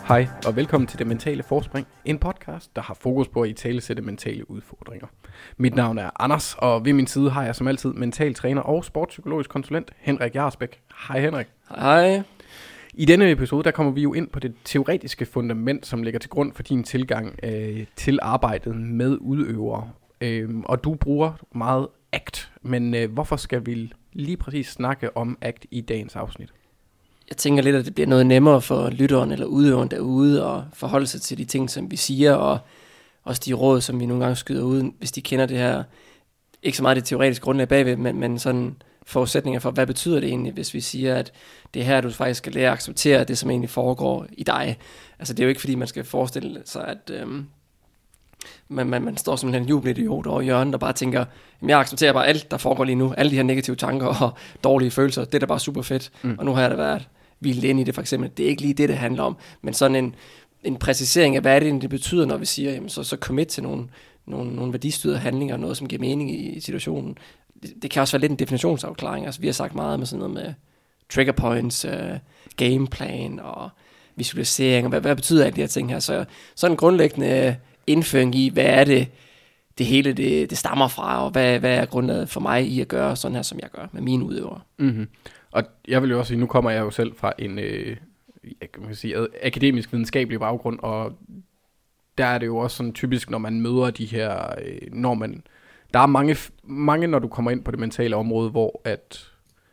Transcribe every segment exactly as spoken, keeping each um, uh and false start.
Hej og velkommen til Det Mentale Forspring, en podcast, der har fokus på at italesætte mentale udfordringer. Mit navn er Anders, og ved min side har jeg som altid mental træner og sportspsykologisk konsulent Henrik Jarsbæk. Hej Henrik. Hej. I denne episode der kommer vi jo ind på det teoretiske fundament, som ligger til grund for din tilgang øh, til arbejdet med udøvere. Øh, og du bruger meget A C T, men øh, hvorfor skal vi lige præcis snakke om A C T i dagens afsnit? Jeg tænker lidt, at det bliver noget nemmere for lytteren eller udøveren derude at forholde sig til de ting, som vi siger, og også de råd, som vi nogle gange skyder ud, hvis de kender det her. Ikke så meget det teoretiske grundlag bagved, men, men sådan forudsætninger for, hvad betyder det egentlig, hvis vi siger, at det er her, du faktisk skal lære at acceptere det, som egentlig foregår i dig. Altså det er jo ikke, fordi man skal forestille sig, at øhm, man, man, man står som en jubelidiot over hjørnet og bare tænker, jamen jeg accepterer bare alt, der foregår lige nu, alle de her negative tanker og dårlige følelser, det er da bare super fedt, mm. og nu har jeg da været vildt ind i det for eksempel. Det er ikke lige det, det handler om, men sådan en, en præcisering af, hvad er det, det betyder, når vi siger, jamen så, så commit til nogle, nogle, nogle værdistyrede handlinger, noget, som giver mening i, i situationen. Det, det kan også være lidt en definitionsafklaring. Altså vi har sagt meget med sådan noget med trigger points, uh, gameplan og visualisering, og hvad, hvad betyder alle de her ting her. Så sådan en grundlæggende indføring i, hvad er det, det hele det, det stammer fra, og hvad, hvad er grundlaget for mig i at gøre sådan her, som jeg gør med mine udøvere. Mm-hmm. Og jeg vil jo også sige, nu kommer jeg jo selv fra en øh, kan man sige, akademisk videnskabelig baggrund, og der er det jo også sådan typisk, når man møder de her, øh, når man, der er mange, mange, når du kommer ind på det mentale område, hvor at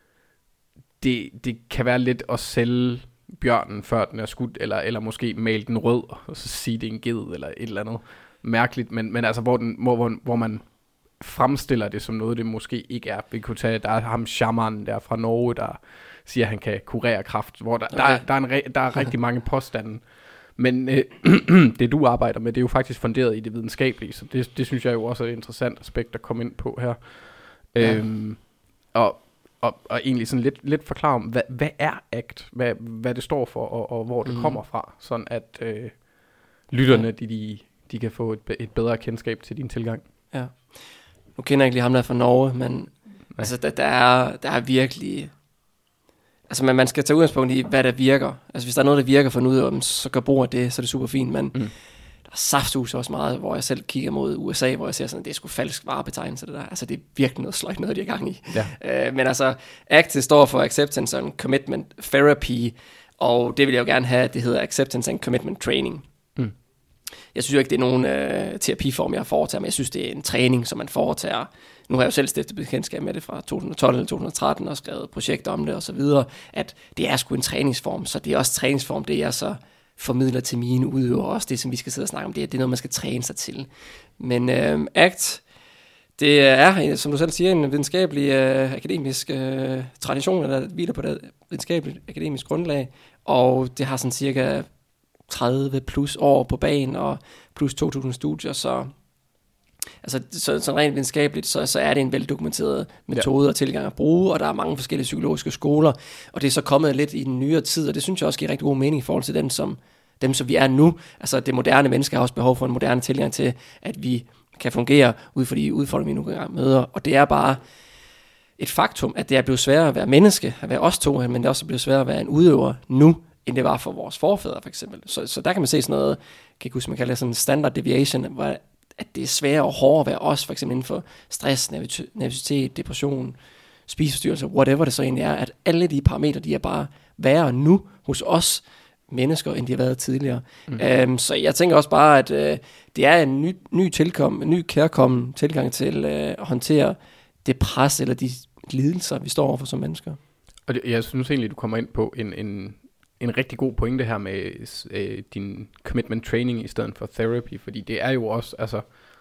det, det kan være lidt at sælge bjørnen, før den er skudt, eller, eller måske male den rød, og så sige, det er en ged, eller et eller andet mærkeligt, men, men altså, hvor, den, hvor, hvor man fremstiller det som noget, det måske ikke er. Vi kunne tage, der er ham shamanen der fra Norge, der siger, at han kan kurere kræft, hvor der, okay. der, er, der, er, en re, der er rigtig mange påstande. Men øh, det du arbejder med, det er jo faktisk funderet i det videnskabelige, så det, det synes jeg jo også er et interessant aspekt at komme ind på her. Ja. Øhm, og, og, og egentlig sådan lidt, lidt forklare om, hvad, hvad er A C T, hvad, hvad det står for, og, og hvor det mm. kommer fra, sådan at øh, lytterne, de, de, de kan få et, et bedre kendskab til din tilgang. Ja. Nu kender jeg ikke lige ham der fra Norge, men altså, der, der, er, der er virkelig... Altså man, man skal tage udgangspunkt i, hvad der virker. Altså hvis der er noget, der virker for en udøver, så gør brug af det, så er det super fint. Men mm. der er safthus også meget, hvor jeg selv kigger mod U S A, hvor jeg ser sådan, at det er sgu falsk varebetegnelse, det der. Altså det er virkelig noget sløjt noget, de er gang i. Ja. Øh, men altså, A C T står for Acceptance and Commitment Therapy, og det vil jeg jo gerne have, at det hedder Acceptance and Commitment Training. Mm. Jeg synes jo ikke, det er nogen øh, terapiform, jeg foretager, men jeg synes, det er en træning, som man foretager. Nu har jeg jo selv stiftet bekendtskab med det fra to tusind og tolv eller to tusind og tretten og skrevet projekter om det og så videre, at det er sgu en træningsform, så det er også træningsform, det jeg så formidler til mine udøvere, også det, som vi skal sidde og snakke om, det er, det er noget, man skal træne sig til. Men øh, A C T, det er, som du selv siger, en videnskabelig øh, akademisk øh, tradition, der hviler på det videnskabelige akademisk grundlag, og det har sådan cirka tredive plus år på banen, og plus to tusind studier, så altså så, så rent videnskabeligt, så, så er det en veldokumenteret metode ja. og tilgang at bruge, og der er mange forskellige psykologiske skoler, og det er så kommet lidt i den nyere tid, og det synes jeg også giver rigtig god mening i forhold til dem, som, dem, som vi er nu. Altså det moderne menneske har også behov for en moderne tilgang til, at vi kan fungere ud for de udfordringer, vi nu engang møder, og det er bare et faktum, at det er blevet sværere at være menneske, at være os to, men det er også blevet sværere at være en udøver nu, end det var for vores forfædre for eksempel. Så, så der kan man se sådan noget, kan ikke huske, man kalder det sådan en standard deviation, hvor at det er sværere og hårdere at være os, for eksempel inden for stress, nervøsitet, depression, spiseforstyrrelser, whatever det så egentlig er, at alle de parametre, de er bare værre nu hos os mennesker, end de har været tidligere. Mm. Um, så jeg tænker også bare, at uh, det er en ny, ny tilkom, en ny kærkommen tilgang til uh, at håndtere det pres eller de lidelser, vi står overfor som mennesker. Og det, jeg synes egentlig, du kommer ind på en, en, en rigtig god pointe her med øh, din commitment training i stedet for therapy, fordi det er jo også, altså,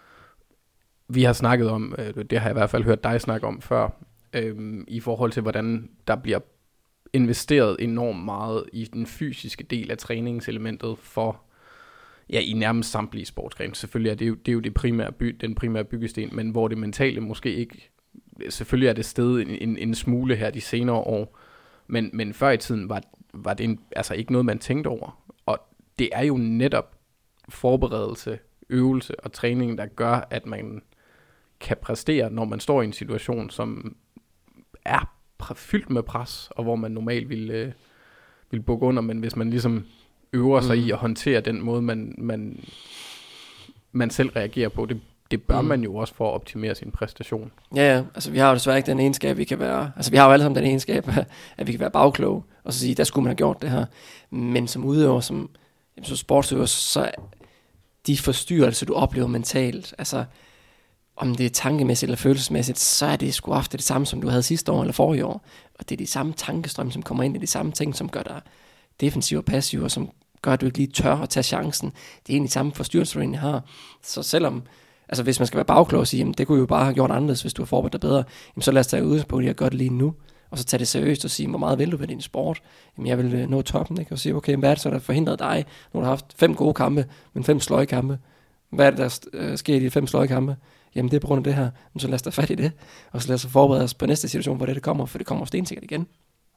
vi har snakket om, øh, det har jeg i hvert fald hørt dig snakke om før, øh, i forhold til, hvordan der bliver investeret enormt meget i den fysiske del af træningselementet for, ja, i nærmest samtlige sportsgrene. Selvfølgelig er det jo, det er jo det primære by, den primære byggesten, men hvor det mentale måske ikke, selvfølgelig er det steget en, en, en smule her de senere år, men, men før i tiden var, var det en, altså ikke noget, man tænkte over. Og det er jo netop forberedelse, øvelse og træning, der gør, at man kan præstere, når man står i en situation, som er fyldt med pres, og hvor man normalt ville, øh, ville bukke under, men hvis man ligesom øver sig Mm. i at håndtere den måde, man, man, man selv reagerer på. Det, det bør Mm. man jo også for at optimere sin præstation. Ja, ja, altså vi har jo desværre ikke den egenskab, vi kan være, altså vi har jo alle sammen den egenskab, at vi kan være bagkloge, og så sige, der skulle man have gjort det her. Men som udøver, som, jamen, som sportsudøver, så de forstyrrelser, du oplever mentalt, altså om det er tankemæssigt eller følelsesmæssigt, så er det sgu ofte det samme, som du havde sidste år eller forrige år. Og det er de samme tankestrøm, som kommer ind, det er de samme ting, som gør dig defensiv og passiv, og som gør, at du ikke lige tør at tage chancen. Det er egentlig de samme forstyrrelser, du egentlig har. Så selvom, altså hvis man skal være bagklog og sige, jamen det kunne jo bare have gjort anderledes, hvis du har forberedt dig bedre, jamen så lad os tage udgangspunkt i at gøre det lige nu, og så tage det seriøst og sige, hvor meget vil du ved din sport? Jamen jeg vil nå toppen, ikke? Og sige, okay, hvad er det så, der forhindrer dig? Nu har du haft fem gode kampe, men fem sløjkampe. Hvad er det, der øh, sker i de fem sløjkampe? Jamen det er på grund af det her. Men så lad os tage fat i det, og så lad os forberede os på næste situation, hvor det, det kommer, for det kommer stensikkert igen.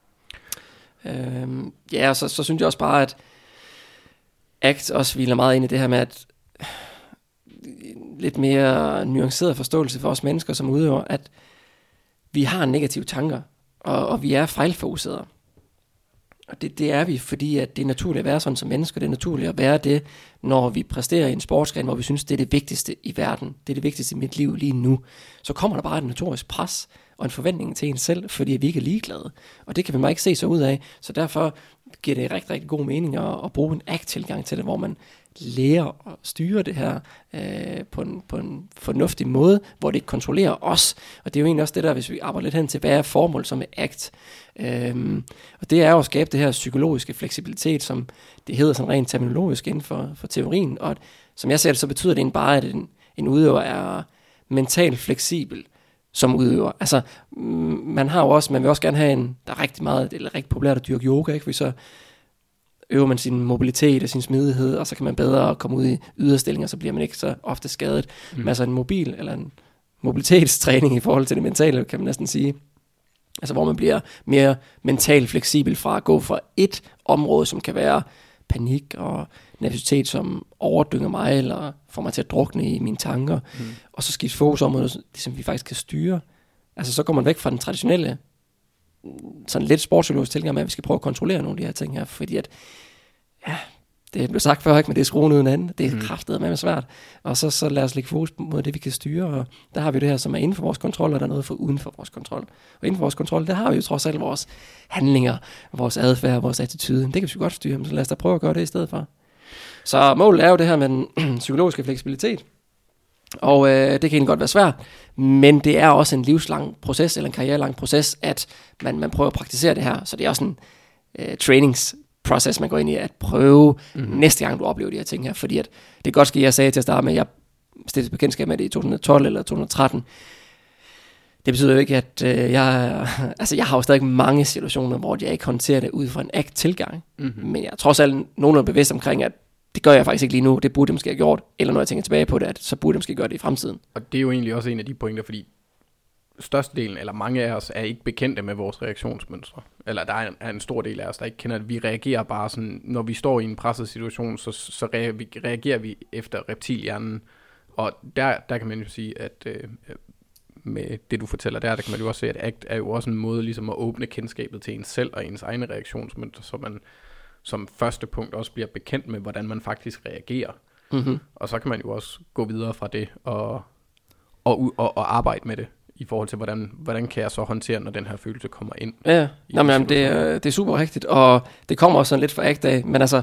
Øhm, ja, og så, så synes jeg også bare, at ACT også hviler meget ind i det her med, at lidt mere nuanceret forståelse for os mennesker som udøver, at vi har negative tanker, og, og vi er fejlfokuserede. Og det, det er vi, fordi at det er naturligt at være sådan som mennesker. Det er naturligt at være det, når vi præsterer i en sportsgren, hvor vi synes, det er det vigtigste i verden. Det er det vigtigste i mit liv lige nu. Så kommer der bare et notorisk pres og en forventning til en selv, fordi vi ikke er ligeglade. Og det kan vi bare ikke se så ud af. Så derfor giver det rigtig, rigtig god mening at, at bruge en ACT-tilgang til det, hvor man lærer at styre det her øh, på, en, på en fornuftig måde, hvor det ikke kontrollerer os. Og det er jo egentlig også det der, hvis vi arbejder lidt hen til, hvad er formål som er ACT. Øhm, og det er jo at skabe det her psykologiske fleksibilitet, som det hedder sådan rent terminologisk inden for, for teorien. Og som jeg ser det, så betyder det egentlig bare, at en, en udøver er mentalt fleksibel som udøver. Altså, man har jo også, man vil også gerne have en, der er rigtig meget, eller rigtig populært at dyrke yoga, ikke? For så øver man sin mobilitet og sin smidighed, og så kan man bedre komme ud i yderstillinger, så bliver man ikke så ofte skadet. Mm. Men altså en mobil, eller en mobilitetstræning i forhold til det mentale, kan man næsten sige. Altså hvor man bliver mere mentalt fleksibel fra at gå fra et område, som kan være panik og nervøsitet, som overdynger mig, eller får mig til at drukne i mine tanker, mm. og så skifte fokus om noget, som vi faktisk kan styre. Altså så går man væk fra den traditionelle, sådan lidt sportspsykologisk tilgang med, at vi skal prøve at kontrollere nogle af de her ting her, fordi at, ja, det blev sagt før, ikke, men det er skruen uden anden, det er mm. kraftedeme med svært, og så, så lad os lægge fokus mod det, vi kan styre, og der har vi det her, som er inden for vores kontrol, og der er noget for uden for vores kontrol. Og inden for vores kontrol, der har vi jo trods alt vores handlinger, vores adfærd, vores attitude, det kan vi jo godt styre, men så lad os da prøve at gøre det i stedet for. Så målet er jo det her med den psykologiske fleksibilitet, og øh, det kan egentlig godt være svært, men det er også en livslang proces, eller en karrierelang proces, at man, man prøver at praktisere det her, så det er også en øh, trainingsproces, man går ind i, at prøve mm-hmm. næste gang, du oplever de her ting her, fordi at det kan godt ske, jeg sagde til at starte med, at jeg stiftede bekendtskab med det i to tusind og tolv eller to tusind og tretten. Det betyder jo ikke, at øh, jeg, altså jeg har jo stadig mange situationer, hvor jeg ikke håndterer det ud fra en ACT-tilgang, mm-hmm. men jeg er trods alt nogenlunde bevidst omkring, at det gør jeg faktisk ikke lige nu, det burde jeg måske have gjort, eller når jeg tænker tilbage på det, at så burde jeg måske gøre det i fremtiden. Og det er jo egentlig også en af de pointer, fordi størstedelen, eller mange af os, er ikke bekendte med vores reaktionsmønstre. Eller der er en, er en stor del af os, der ikke kender det. Vi reagerer bare sådan, når vi står i en presset situation, så, så reagerer vi efter reptilhjernen. Og der, der kan man jo sige, at øh, med det du fortæller der, der kan man jo også se, at ACT er jo også en måde ligesom at åbne kendskabet til ens selv og ens egne reaktionsmønstre, så man som første punkt også bliver bekendt med, hvordan man faktisk reagerer. Mm-hmm. Og så kan man jo også gå videre fra det og, og, og, og arbejde med det i forhold til, hvordan, hvordan kan jeg så håndtere, når den her følelse kommer ind. Ja, Nå, men, jamen, det, er, det er super rigtigt, og det kommer også sådan lidt fra ACT af, men altså,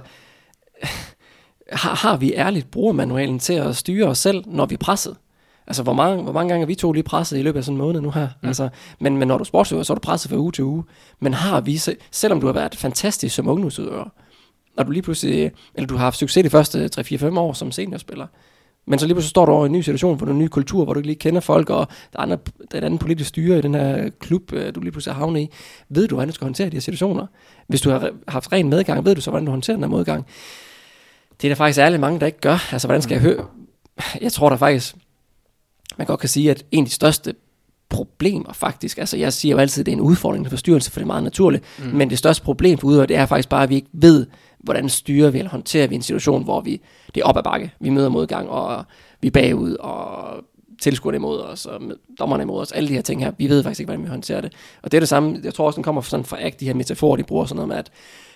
har, har vi ærligt brugermanualen til at styre os selv, når vi er presset? Altså, hvor mange, hvor mange gange er vi to lige presset i løbet af sådan en måned nu her? Mm. Altså, men, men når du er sportsudøver, så er du presset fra uge til uge. Men har vi, selvom du har været fantastisk som ungdomsudøver, og du lige pludselig, eller du har haft succes de første tre fire fem år som seniorspiller, men så lige pludselig står du over i en ny situation, hvor du er en ny kultur, hvor du ikke lige kender folk, og der er, andre, der er et andet politisk styre i den her klub, du lige pludselig har havnet i. Ved du, hvordan du skal håndtere de her situationer? Hvis du har haft ren medgang, ved du så, hvordan du håndterer den her modgang? Det er der faktisk ærligt mange, der ikke gør. Altså, hvordan skal jeg høre? Jeg tror der faktisk, man godt kan sige, at en af de største problemer faktisk, altså jeg siger jo altid, at det er en udfordring, en forstyrrelse, for det er meget naturligt, mm. men det største problem for udøvere, det er faktisk bare, at vi ikke ved, hvordan styrer vi eller håndterer vi en situation, hvor vi, det er op ad bakke, vi møder modgang, og vi er bagud, og tilskuerne imod os, og dommerne imod os, alle de her ting her, vi ved faktisk ikke, hvordan vi håndterer det. Og det er det samme, jeg tror også, den kommer sådan fra ACT, de her metaforer, de bruger sådan noget med, at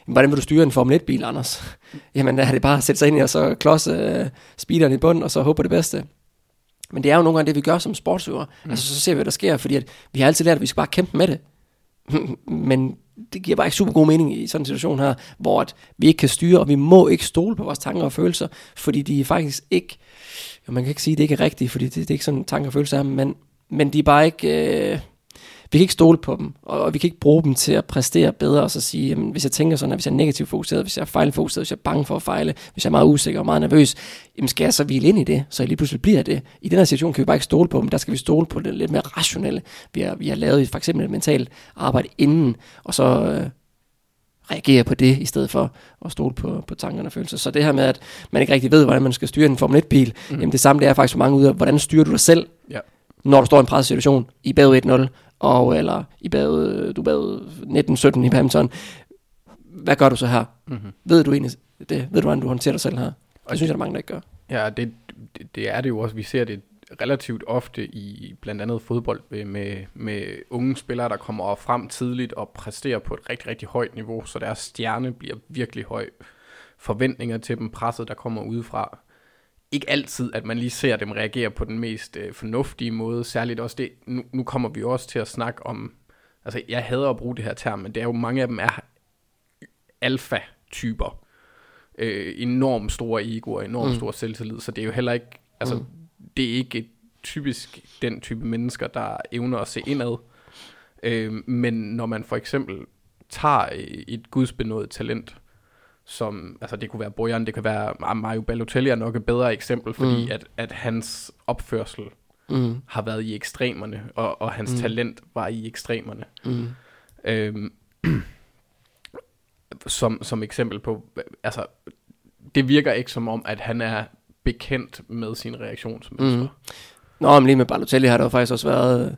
hvordan vil du styre en Formel et-bil, Anders? Jamen, er det bare at sætte sig ind i, og så klodse øh, speederen i bunden, og så håbe på det bedste? Men det er jo nogle gange det, vi gør som sportsøver. Mm. Altså, så ser vi, hvad der sker, fordi at vi har altid lært, at vi skal bare kæmpe med det. Men det giver bare ikke super god mening i sådan en situation her, hvor at vi ikke kan styre, og vi må ikke stole på vores tanker og følelser, fordi de er faktisk ikke, jo, man kan ikke sige, at det ikke er rigtigt, fordi det, det er ikke sådan tanker og følelser er, men, men de er bare ikke, øh, vi kan ikke stole på dem, og, og vi kan ikke bruge dem til at præstere bedre, og så sige, jamen, hvis jeg tænker sådan, at hvis jeg er negativt fokuseret, hvis jeg er fejlfokuseret, hvis jeg er bange for at fejle, hvis jeg er meget usikker og meget nervøs, jamen skal jeg så hvile ind i det, så jeg lige pludselig bliver det. I den her situation kan vi bare ikke stole på dem, der skal vi stole på det lidt mere rationelle. Vi har, vi har lavet for eksempel et mentalt arbejde inden, og så øh, reagere på det, i stedet for at stole på, på tankerne og følelser. Så det her med, at man ikke rigtig ved, hvordan man skal styre en Formel et-bil, mm. jamen det samme det er faktisk for mange ud af, hvordan styrer du dig selv, ja. Når du står i en presset situation, i bagud et nul, og eller i bagud, du bagud nitten sytten i badminton. Hvad gør du så her? Mm-hmm. Ved du egentlig det? Ved du, hvordan du håndterer dig selv her? Det og synes jeg, der er mange, der ikke gør. Ja, det, det, det er det jo også. Vi ser det relativt ofte i blandt andet fodbold med, med unge spillere, der kommer frem tidligt og præsterer på et rigtig, rigtig højt niveau, så deres stjerne bliver virkelig høj. Forventninger til dem, presset, der kommer udefra. Ikke altid, at man lige ser dem reagere på den mest øh, fornuftige måde, særligt også det, nu, nu kommer vi også til at snakke om, altså jeg hader at bruge det her term, men det er jo, mange af dem er alfa-typer, øh, enormt store egoer, enormt mm. stor selvtillid, så det er jo heller ikke, altså mm. det er ikke et, typisk den type mennesker, der evner at se indad, øh, men når man for eksempel tager et gudsbenået talent, som, altså det kunne være Bojan, det kan være Mario Balotelli er nok et bedre eksempel, fordi mm. at, at hans opførsel mm. har været i ekstremerne, og, og hans mm. talent var i ekstremerne. Mm. Øhm, som, som eksempel på, altså det virker ikke som om, at han er bekendt med sin reaktionsmønstre. Mm. Nå, men lige med Balotelli har der jo faktisk også været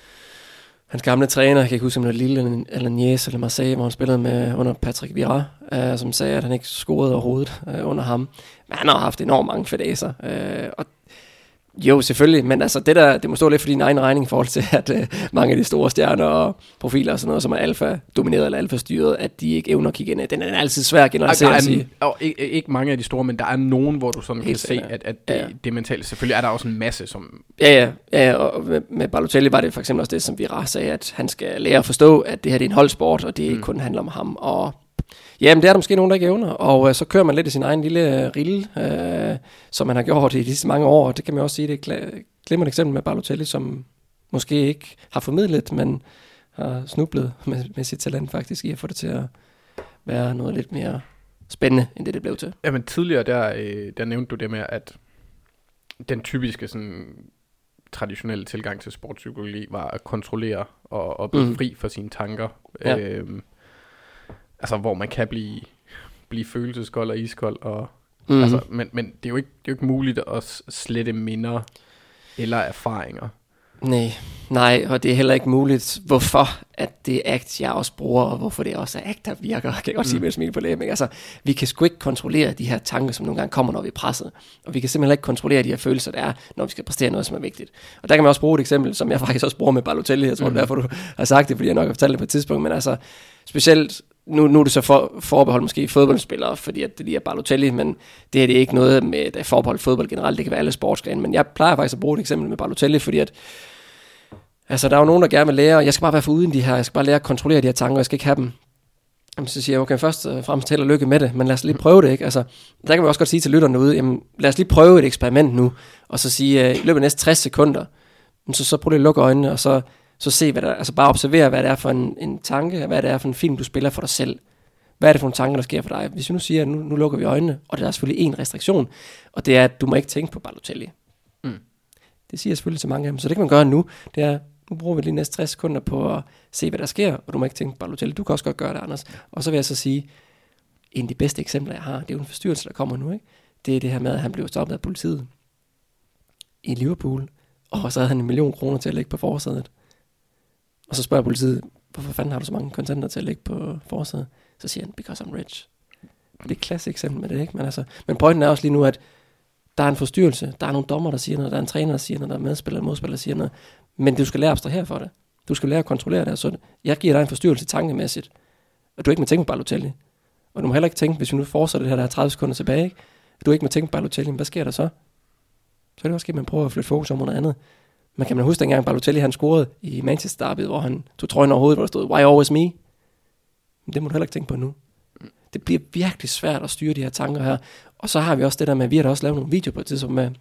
hans gamle træner, jeg kan ikke huske, om det var Lille eller Nies eller Marseille, hvor han spillede med under Patrick Vieira, øh, som sagde, at han ikke scorede overhovedet øh, under ham. Men han har haft enormt mange fadæser. Øh, og jo, selvfølgelig, men altså det der, det må stå lidt for din egen regning i forhold til, at øh, mange af de store stjerner og profiler og sådan noget, som er alfa-domineret eller alfa-styret, at de ikke evner at kigge ind i. Den er altid svær at generalisere at sige. Og ikke, ikke mange af de store, men der er nogen, hvor du sådan helt kan se, at, at det, ja. det mentale, selvfølgelig er der også en masse, som... Ja, ja, ja, og med, med Balotelli var det for eksempel også det, som Vieira sagde, at han skal lære at forstå, at det her det er en holdsport, og det ikke mm. kun handler om ham, og... Jamen, det er der måske nogen, der ikke evner, og øh, så kører man lidt i sin egen lille øh, rille, øh, som man har gjort i disse mange år, og det kan man også sige, det er et glimrende eksempel med Balotelli, som måske ikke har formidlet, men har snublet med, med sit talent faktisk i at få det til at være noget lidt mere spændende, end det det blev til. Jamen tidligere, der, øh, der nævnte du det med, at den typiske sådan, traditionelle tilgang til sportspsykologi var at kontrollere og, og blive mm. fri for sine tanker. Ja. Øh, Altså, hvor man kan blive, blive følelseskold og iskold. Og, mm. altså, men men det, er jo ikke, det er jo ikke muligt at slette minder eller erfaringer. Nej, nej, og det er heller ikke muligt, hvorfor at det akt, jeg også bruger, og hvorfor det også er akt, der virker. Kan jeg godt sige med et smil på læben. Altså, vi kan sgu ikke kontrollere de her tanker, som nogle gange kommer, når vi er presset. Og vi kan simpelthen ikke kontrollere de her følelser, der er, når vi skal præstere noget, som er vigtigt. Og der kan man også bruge et eksempel, som jeg faktisk også bruger med Balotelli. Jeg tror, mm. det er derfor, du har sagt det, fordi jeg nok har fortalt det på et tidspunkt. Men altså, specielt... Nu, nu er det så for, forbeholdt måske fodboldspillere, fordi at det lige er Balotelli, men det er det ikke noget med det forbeholdt fodbold generelt, det kan være alle sportsgrene, men jeg plejer faktisk at bruge et eksempel med Balotelli, fordi at altså, der er jo nogen, der gerne vil lære, jeg skal bare være for uden de her, jeg skal bare lære at kontrollere de her tanker, jeg skal ikke have dem. Jamen, så siger jeg, okay, først og fremmest held og lykke med det, men lad os lige prøve det, ikke? Altså, der kan man også godt sige til lytterne derude, jamen, lad os lige prøve et eksperiment nu, og så sige, uh, i løbet af næste tres sekunder, så, så prøv lige at lukke øjnene, og så, så se, hvad der, altså bare observere, hvad det er for en, en tanke, hvad det er for en film, du spiller for dig selv. Hvad er det for nogle tanker, der sker for dig? Hvis vi nu siger, at nu, nu lukker vi øjnene, og der er selvfølgelig en restriktion, og det er, at du må ikke tænke på Balotelli. Mm. Det siger jeg selvfølgelig til mange af dem, så det kan man gøre nu. Det er, nu bruger vi lige næste tres sekunder på at se, hvad der sker, og du må ikke tænke på Balotelli. Du kan også godt gøre det, Anders. Og så vil jeg så sige, en af de bedste eksempler, jeg har, det er jo en forstyrrelse, der kommer nu, ikke? Det er det her med, at han blev stoppet af politiet i Liverpool, og så havde han en million kroner til at lægge på forsædet. Og så spørger politiet, hvorfor fanden har du så mange kontanter til at lægge på forsædet? Så siger han, because I'm rich. Det er et klassisk eksempel med det, ikke? Men, altså, men pointen er også lige nu, at der er en forstyrrelse. Der er nogle dommer, der siger noget. Der er en træner, der siger noget. Der er medspillere og modspillere, der siger noget. Men du skal lære at abstrahere for det. Du skal lære at kontrollere det. Så jeg giver dig en forstyrrelse tankemæssigt. Og du ikke må tænke på Balotelli. Og du må heller ikke tænke, hvis vi nu fortsætter det her, der er tredive sekunder tilbage, ikke? At du ikke må tænke på Balotelli, hvad sker der så? Så er det også, at man prøver at flytte fokus om noget andet. Man kan man huske dengang Balotelli han scorede i Manchester Derby, hvor han tog trøjen over hovedet, hvor der stod, why always me? Men det må du heller ikke tænke på nu. Det bliver virkelig svært at styre de her tanker her. Og så har vi også det der med, vi har da også lavet nogle videoer på et tidspunkt med,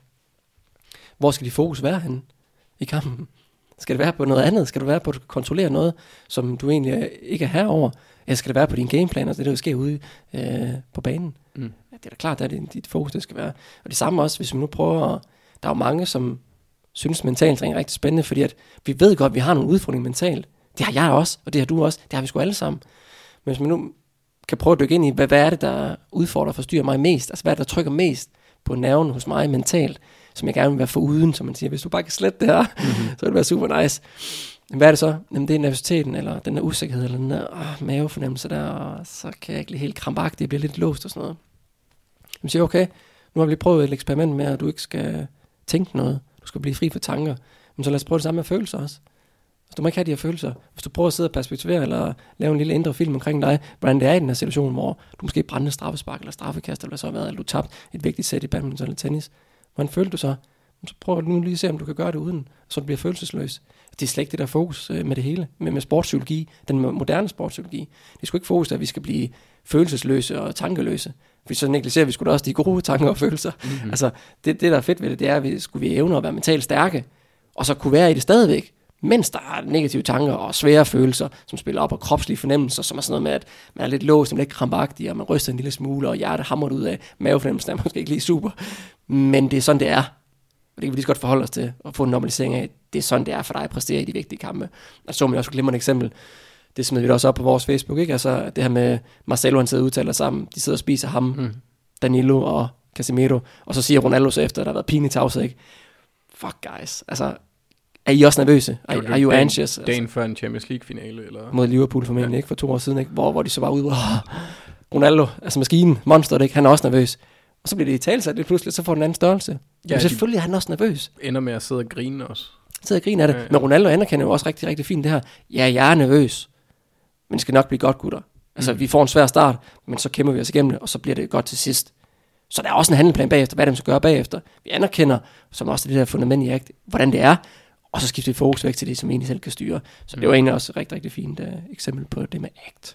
hvor skal de fokus være henne i kampen? Skal det være på noget andet? Skal det være på at kontrollere noget, som du egentlig ikke er herover? Eller skal det være på din gameplan, og det der sker ude øh, på banen? Mm. Ja, det er da klart, at det er dit fokus, det skal være. Og det samme også, hvis vi nu prøver at, der er jo mange, som synes mentaltræning er rigtig spændende, fordi at vi ved godt, at vi har nogle udfordringer mentalt. Det har jeg også, og det har du også. Det har vi sgu alle sammen. Men hvis man nu kan prøve at dykke ind i, hvad, hvad er det, der udfordrer og forstyrrer mig mest? Altså, hvad er det, der trykker mest på nerven hos mig mentalt, som jeg gerne vil være foruden, som man siger. Hvis du bare kan slette det her, mm-hmm. så vil det være super nice. Men hvad er det så? Jamen, det er nervøsiteten, eller den der usikkerhed, eller den der åh, mavefornemmelse der, og så kan jeg ikke blive helt krampagtig, jeg bliver lidt låst og sådan noget. Man siger, okay, nu har vi lige prøvet et eksperiment med, at du ikke skal tænke noget, du skal blive fri for tanker, men så lad os prøve det samme med følelser også. Altså, du må ikke have de her følelser. Hvis du prøver at sidde og perspektivere, eller lave en lille indre film omkring dig, hvordan det er i den her situation, hvor du måske brændte straffespark, eller straffekast, eller så har været, eller du tabte et vigtigt sæt i badminton eller tennis. Hvordan følte du så? Så prøv nu lige at se, om du kan gøre det uden, så du bliver følelsesløs. Det er slet ikke det der fokus øh, med det hele, med, med sportspsykologi, den moderne sportspsykologi. Det er sgu ikke fokus, at vi skal blive følelsesløse og tankeløse. For så negligerer vi sgu da også de gode tanker og følelser. Mm-hmm. Altså, det, det der er fedt ved det, det er, at vi skulle vi evne at være mentalt stærke, og så kunne være i det stadigvæk, mens der er negative tanker og svære følelser, som spiller op, og kropslige fornemmelser, som er sådan noget med, at man er lidt låst, man er lidt krampagtig, og man ryster en lille smule, og hjertet hamrer ud af, mavefornemmelsen er måske ikke lige super, men det er sådan, det er. Og det kan vi lige så godt forholde os til, og få en normalisering af, det er sådan, det er for dig at præstere i de vigtige kampe. Og så må jeg også glemme et eksempel, det smed vi da også op på vores Facebook, ikke? Altså det her med Marcelo, han sidder og udtaler sammen, de sidder og spiser ham, mm. Danilo og Casemiro, og så siger Ronaldo så efter, at der har været pinligt tavshed, ikke? Fuck guys, altså, er I også nervøse? Are, are you dagen, anxious? Dagen før en Champions League-finale, eller? Mod Liverpool formentlig, ja. Ikke? For to år siden, ikke? Hvor, hvor de så var ude, oh, Ronaldo, altså maskinen, monsteret, ikke? Han er også nervøs. Og så bliver det i talsat lidt pludselig, så får den anden størrelse. Ja, men selvfølgelig er han også nervøs. Ender med at sidde og grine også. Sidder og grine af det. Ja, ja. Men Ronaldo anerkender jo også rigtig, rigtig fint det her. Ja, jeg er nervøs, men det skal nok blive godt, gutter. Altså, mm. vi får en svær start, men så kæmper vi os igennem det, og så bliver det godt til sidst. Så der er også en handelplan bagefter, hvad det skal gøre bagefter. Vi anerkender, som også det der fundament i ACT, hvordan det er, og så skifter vi fokus væk til det, som vi egentlig selv kan styre. Så det var egentlig også et rigtig, rigtig fint uh, eksempel på det med ACT.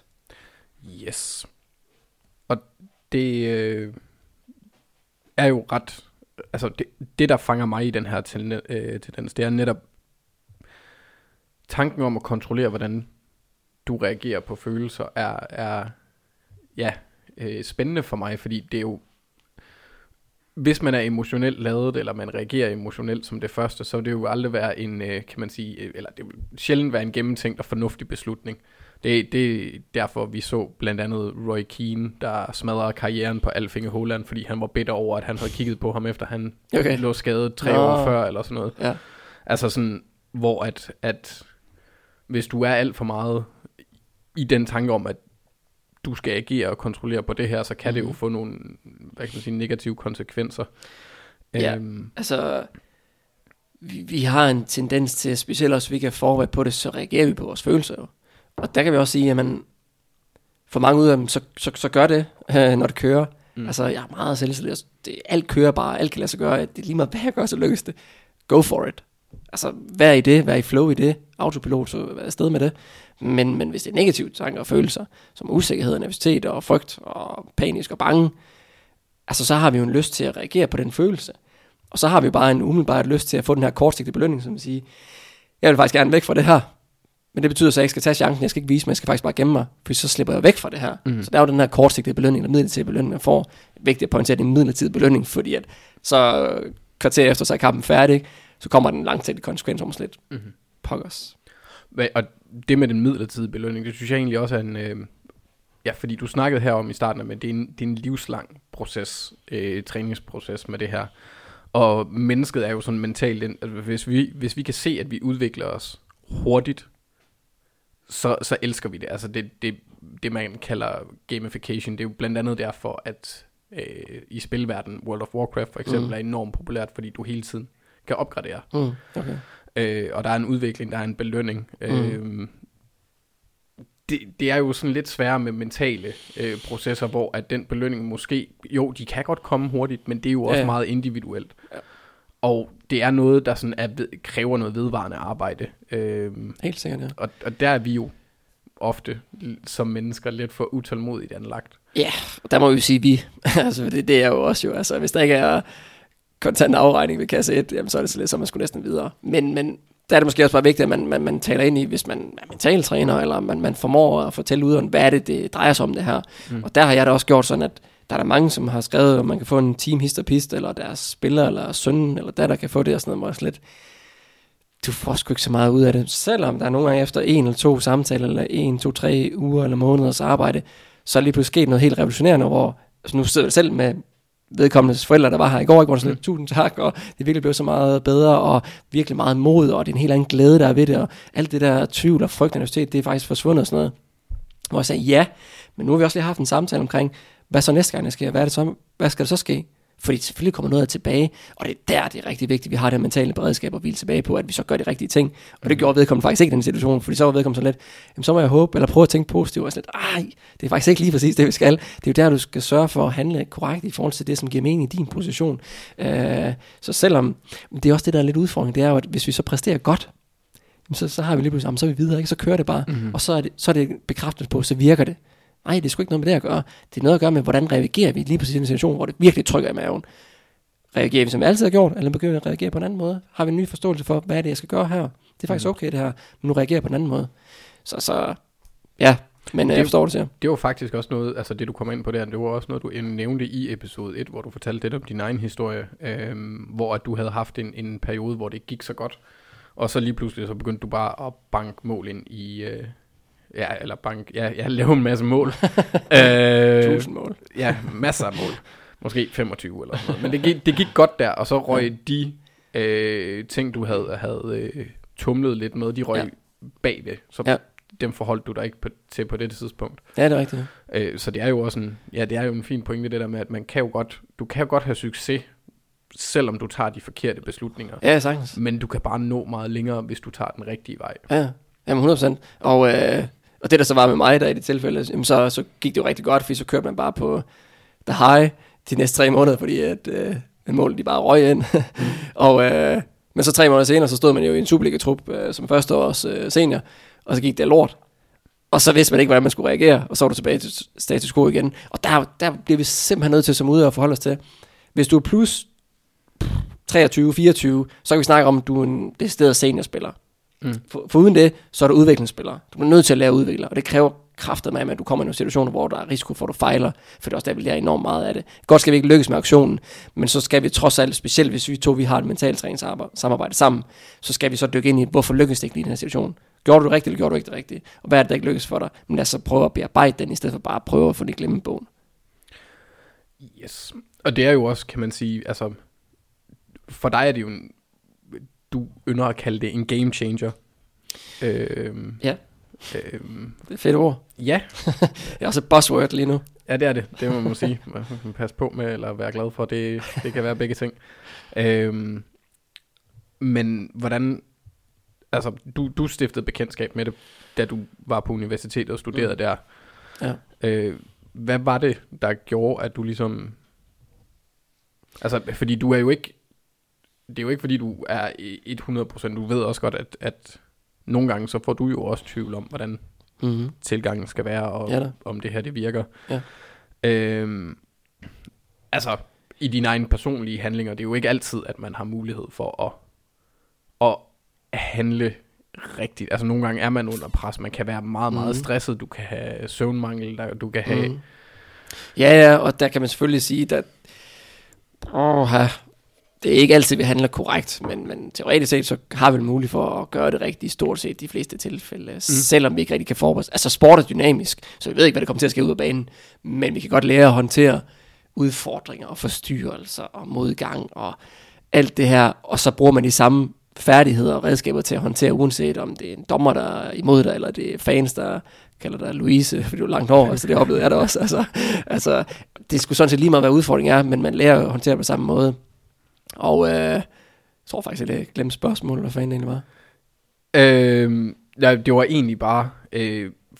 Yes. Og det øh, er jo ret, altså det, det der fanger mig i den her tendens, øh, tendens, det er netop tanken om at kontrollere, hvordan du reagerer på følelser, er, er ja, øh, spændende for mig, fordi det er jo, hvis man er emotionelt ladet, eller man reagerer emotionelt som det første, så vil det jo aldrig være en, øh, kan man sige, eller det vil sjældent være en gennemtænkt og fornuftig beslutning. Det, det er derfor, vi så blandt andet Roy Keane, der smadrede karrieren på Erling Haaland, fordi han var bitter over, at han havde kigget på ham, efter han okay. lå skadet tre oh. år før, eller sådan noget. Ja. Altså sådan, hvor at, at hvis du er alt for meget i den tanke om, at du skal agere og kontrollere på det her, så kan mm-hmm. det jo få nogle, hvad kan man sige, negative konsekvenser. Ja, um, altså, vi, vi har en tendens til, specielt også, vi kan forberede på det, så reagerer vi på vores følelser jo. Og der kan vi også sige, at man, for mange ud af dem, så, så, så gør det, øh, når det kører. Mm. Altså, jeg er meget selvstændig. Det, alt kører bare, alt kan lade sig gøre. Det er lige meget, hvad jeg gør, så lykkes det. Go for it. Altså, vær i det, vær i flow i det. Autopilot, så vær afsted med det. Men, men hvis det er negative tanker og følelser, som usikkerhed, nervøsitet og frygt og panisk og bange, altså, så har vi jo en lyst til at reagere på den følelse. Og så har vi bare en umiddelbart lyst til at få den her kortsigtede belønning, som at sige, jeg vil faktisk gerne væk fra det her. Men det betyder så, at jeg ikke skal tage chancen, jeg skal ikke vise mig, jeg skal faktisk bare gemme mig, for så slipper jeg væk fra det her. Mm. Så der er jo den her kortsigtede belønning, eller midlertidige belønning, man får. Vigtigt at pointere, at det er en midlertidig belønning, fordi at så kvarter efter, så er kampen færdig, så kommer den langsigtede konsekvens om lidt. Mm. Pokkers. Og det med den midlertidige belønning, det synes jeg egentlig også er en, øh, ja, fordi du snakkede her om i starten, men det er en, det er en livslang proces, øh, træningsproces med det her. Og mennesket er jo sådan mentalt, altså hvis vi, hvis vi kan se, at vi udvikler os hurtigt, Så, så elsker vi det. Altså det, det, det man kalder gamification, det er jo blandt andet derfor, at øh, i spilverdenen World of Warcraft for eksempel mm. er enormt populært, fordi du hele tiden kan opgradere. Mm. Okay. Øh, og der er en udvikling, der er en belønning. Mm. Øh, det, det er jo sådan lidt sværere med mentale øh, processer, hvor at den belønning måske, jo, de kan godt komme hurtigt, men det er jo også Ja. meget individuelt. Ja. Og det er noget, der sådan er ved, kræver noget vedvarende arbejde. Øhm, Helt sikkert, ja. og, og der er vi jo ofte som mennesker lidt for utålmodigt anlagt. Ja, og der må vi jo sige vi. altså, det, det er jo også jo, altså, hvis der ikke er kontant afregning ved kasse et, jamen, så er det så lidt, så man skulle næsten videre. Men, men der er det måske også bare vigtigt, at man, man, man taler ind i, hvis man er mentaltræner, eller man, man formår at fortælle ud om, hvad er det, det drejer sig om det her. Mm. Og der har jeg da også gjort sådan, at der er der mange, som har skrevet, at man kan få en team hist og pist, eller deres spiller, eller søn, eller datter kan få det, og sådan noget, hvor jeg slet, du får sgu ikke så meget ud af det. Selvom der er nogle gange efter en eller to samtaler, eller en, to, tre uger eller måneders arbejde, så er lige pludselig sket noget helt revolutionerende, hvor altså nu sidder jeg selv med vedkommendes forældre, der var her i går, ikke, hvor der sådan lidt, tusind tak, og det virkelig blev så meget bedre, og virkelig meget mod, og det er en helt anden glæde, der er ved det, og alt det der tvivl og frygt og nervøsitet, det er faktisk forsvundet og sådan noget. Hvor jeg sagde, ja, men nu har vi også lige haft en samtale omkring, hvad så næste gang der sker, hvad, er det så, hvad skal der så ske? Fordi selvfølgelig kommer noget tilbage, og det er der, det er rigtig vigtigt, vi har det mentale beredskab og hvile tilbage på, at vi så gør de rigtige ting. Og det gjorde vedkommende faktisk ikke i den situation, fordi så var vedkommende sådan lidt, jamen, så må jeg håbe, eller prøve at tænke positivt, og sådan lidt, ej, det er faktisk ikke lige præcis det, vi skal. Det er jo der, du skal sørge for at handle korrekt i forhold til det, som giver mening i din position. Øh, så selvom, det er også det, der er lidt udfordring, det er jo, at hvis vi så præsterer godt, så, så har vi lige pludselig, jamen, så er vi videre, ikke? Så kører det bare, mm-hmm. og så er det, så er det bekræftet på, så virker det. Nej, det er sgu ikke noget med det at gøre. Det er noget at gøre med, hvordan reagerer vi lige præcis i en situation, hvor det virkelig trykker i maven. Reagerer vi, som vi altid har gjort, eller begynder vi at reagere på en anden måde? Har vi en ny forståelse for, hvad er det, jeg skal gøre her? Det er faktisk okay, det her, men nu reagerer på en anden måde. Så, så ja, men det, jeg forstår det, siger. Det var faktisk også noget, altså det du kom ind på der, det var også noget, du nævnte i episode et, hvor du fortalte lidt om din egen historie, øhm, hvor at du havde haft en, en periode, hvor det gik så godt, og så lige pludselig så begyndte du bare at banke mål ind i... Øh, Ja, eller bank. Ja, jeg lavede en masse mål. øh, Tusind mål. Ja, masser af mål. Måske femogtyve eller sådan noget. Men det gik, det gik godt der, og så røg de øh, ting, du havde, havde øh, tumlet lidt med, de røg ja. bagved. Så ja. dem forholdt du dig ikke på, til på det tidspunkt. Ja, det er rigtigt. Øh, så det er jo også en, ja, det er jo en fin pointe, det der med, at man kan jo godt, du kan jo godt have succes, selvom du tager de forkerte beslutninger. Ja, sagtens. Men du kan bare nå meget længere, hvis du tager den rigtige vej. Ja, jamen hundrede procent. Og... Øh Og det der så var med mig der i det tilfælde, jamen så, så gik det jo rigtig godt, fordi så kørte man bare på the high de næste tre måneder, fordi at øh, målet de bare røg ind. mm. og, øh, men så tre måneder senere, så stod man jo i en Superliga-trup øh, som første års øh, senior, og så gik det lort. Og så vidste man ikke, hvordan man skulle reagere, og så var du tilbage til status quo igen. Og der, der bliver vi simpelthen nødt til som ude at forholde os til. Hvis du er plus treogtyve fireogtyve, så kan vi snakke om, at du er en decideret seniorspiller. Mm. For, for uden det, så er du udviklingsspiller. Du er nødt til at lære udvikler, og det kræver kræfter med, at du kommer i nogle situationer, hvor der er risiko for, at du fejler, for det er også der, vi lærer enormt meget af det. Godt skal vi ikke lykkes med aktionen, men så skal vi trods alt, specielt hvis vi to vi har et mentalt træningssamarbejde sammen, så skal vi så dykke ind i, hvorfor lykkes det ikke i den her situation. Gjorde du det rigtigt, eller gjorde du ikke det rigtigt? Og hvad er det, der ikke lykkes for dig? Men lad os så prøve at bearbejde den, i stedet for bare at prøve at få det i glemmebogen. Yes. Og det er jo også, kan man sige, altså, for dig er det jo en, du ynder at kalde det en game changer. Øhm, ja. Øhm, det er fedt ord. Ja. Det er også et buzzword lige nu. Ja, det er det. Det må man sige. Pas på med, eller være glad for. Det, det kan være begge ting. Øhm, men hvordan... Altså, du, du stiftede bekendtskab med det, da du var på universitetet og studerede mm. der. Ja. Øh, hvad var det, der gjorde, at du ligesom... Altså, fordi du er jo ikke... Det er jo ikke, fordi du er hundrede procent. Du ved også godt, at, at nogle gange, så får du jo også tvivl om, hvordan mm-hmm. tilgangen skal være, og ja, om det her, det virker. Ja. Øhm, altså, i dine egne personlige handlinger, det er jo ikke altid, at man har mulighed for at, at handle rigtigt. Altså, nogle gange er man under pres. Man kan være meget, meget mm-hmm. stresset. Du kan have søvnmangel, der, du kan have... Mm-hmm. Ja, ja, og der kan man selvfølgelig sige, at... Åh, det er ikke altid, vi handler korrekt, men, men teoretisk set, så har vi mulighed for at gøre det rigtigt i stort set de fleste tilfælde, mm. selvom vi ikke rigtig kan forberede. Altså sport er dynamisk, så vi ved ikke, hvad der kommer til at ske ud af banen, men vi kan godt lære at håndtere udfordringer og forstyrrelser og modgang og alt det her, og så bruger man de samme færdigheder og redskaber til at håndtere, uanset om det er en dommer, der er imod dig, eller det er fans, der kalder dig Louise, fordi du er langt over, altså det oplevede jeg da også. Altså, altså, det skulle sådan set lige meget, hvad udfordringen er, men man lærer at håndtere det på samme måde. Og øh, jeg tror faktisk, at jeg glemte spørgsmålet, hvad fanden det egentlig var. Øh, ja, det var egentlig bare, øh,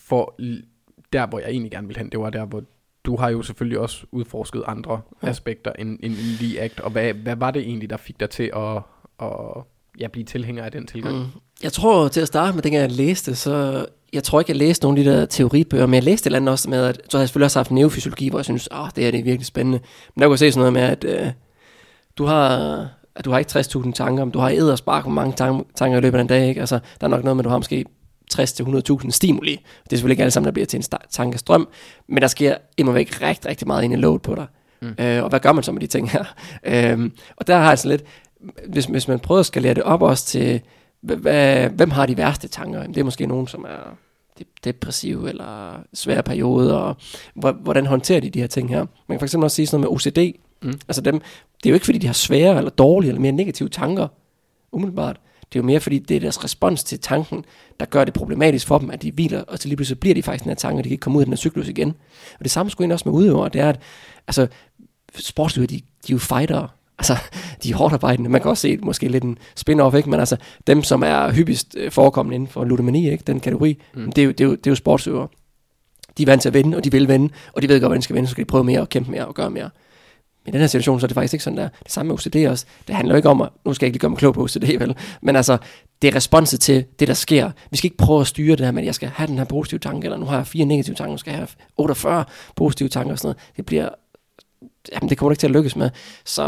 for der, hvor jeg egentlig gerne vil hen, det var der, hvor du har jo selvfølgelig også udforsket andre ja. aspekter end, end lige ACT, og hvad, hvad var det egentlig, der fik dig til at, at ja, blive tilhænger af den tilgang? Mm. Jeg tror, til at starte med, dengang jeg læste, så jeg tror ikke, jeg læste nogle af de der teoribøger, men jeg læste et eller andet også med, at så havde jeg selvfølgelig også haft neofysiologi, hvor jeg synes, åh, det er det er virkelig spændende. Men der kunne jeg se sådan noget med, at øh, du har... at du har ikke tres tusind tanker, men du har æder og spark på mange tanker, tanker i løbet af en dag, ikke? Altså, der er nok noget med, at du har måske tres til hundrede tusind stimuli. Det er selvfølgelig ikke alle sammen, der bliver til en sta- tankestrøm, men der sker immer væk rigtig, rigtig meget ind i load på dig. Mm. Øh, og hvad gør man så med de ting her? øh, og der har jeg sådan lidt, hvis, hvis man prøver at skalere det op også til, h- hvem har de værste tanker? Det er måske nogen, som er depressive eller svære perioder, og hvordan håndterer de de her ting her? Man kan for eksempel også sige sådan noget med O C D. Mm. Altså dem, det er jo ikke fordi, de har svære eller dårlige eller mere negative tanker, umiddelbart. Det er jo mere fordi, det er deres respons til tanken, der gør det problematisk for dem, at de hviler, og til lige pludselig bliver de faktisk den her tanke, og de kan ikke komme ud af den her cyklus igen. Og det samme skulle egentlig også med udøvere, det er, at altså, sportsudøvere, de, de er jo fightere. Altså, de er hårdt arbejdende. Man kan også se måske lidt en spin-off, ikke? Men altså, dem, som er hyppigst forekommende inden for ludomani, ikke? Den kategori, mm. det, er jo, det, er jo, det er jo sportsudøvere. De er vant til at vinde, og de vil vinde, og de ved godt, hvordan de skal vinde, så skal de prøve mere og kæmpe mere og gøre mere. Men i den her situation, så er det faktisk ikke sådan der. Det samme med O C D også. Det handler jo ikke om, at nu skal jeg ikke lige gøre mig klog på O C D, vel? Men altså, det er responset til det, der sker. Vi skal ikke prøve at styre det her med, at jeg skal have den her positive tanke, eller nu har jeg fire negative tanker, nu skal jeg have otteogfyrre positive tanker og sådan noget. Det bliver, jamen det kommer du ikke til at lykkes med. Så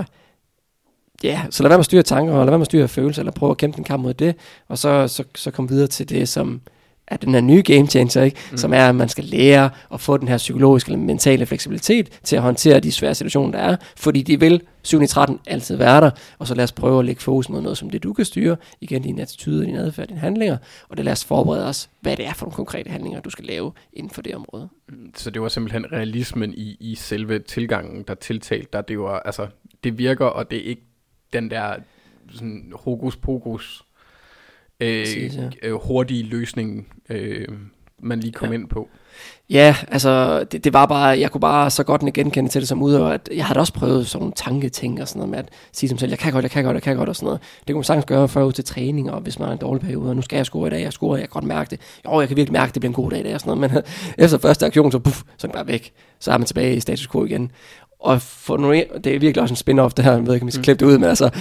ja, yeah, så lad være med at styre tanker, og lad være med at styre følelser, eller prøve at kæmpe en kamp mod det, og så, så, så kom videre til det, som er den her nye game changer, ikke? Mm. Som er, at man skal lære at få den her psykologiske eller mentale fleksibilitet til at håndtere de svære situationer, der er, fordi de vil syv i tretten altid være der, og så lad os prøve at lægge fokus mod noget, som det du kan styre, igen dine attityder, dine adfærd, dine handlinger, og det lad os forberede os, hvad det er for nogle konkrete handlinger, du skal lave inden for det område. Så det var simpelthen realismen i, i selve tilgangen, der tiltalte dig, det var, altså, det virker, og det er ikke den der sådan hokus pokus Øh, Præcis, ja. øh, hurtige løsning, øh, man lige kom ja. ind på. Ja, altså det, det var bare, jeg kunne bare så godt genkende til det som udøver, at jeg havde også prøvet sådan nogle tanketing og sådan noget med at sige som selv, jeg kan godt, jeg kan godt, jeg kan godt og sådan noget. Det kunne man sagtens gøre før ud til træning, og hvis man har en dårlig periode, og nu skal jeg score i dag, jeg scorer, jeg kan godt mærke det. Jo, jeg kan virkelig mærke, at det bliver en god dag i dag og sådan noget, men efter første aktion, så puff, så er det bare væk. Så er man tilbage i status quo igen. Og for nogle, det er virkelig også en spin-off det her, jeg ved ikke, om vi skal mm. klippe det ud, men altså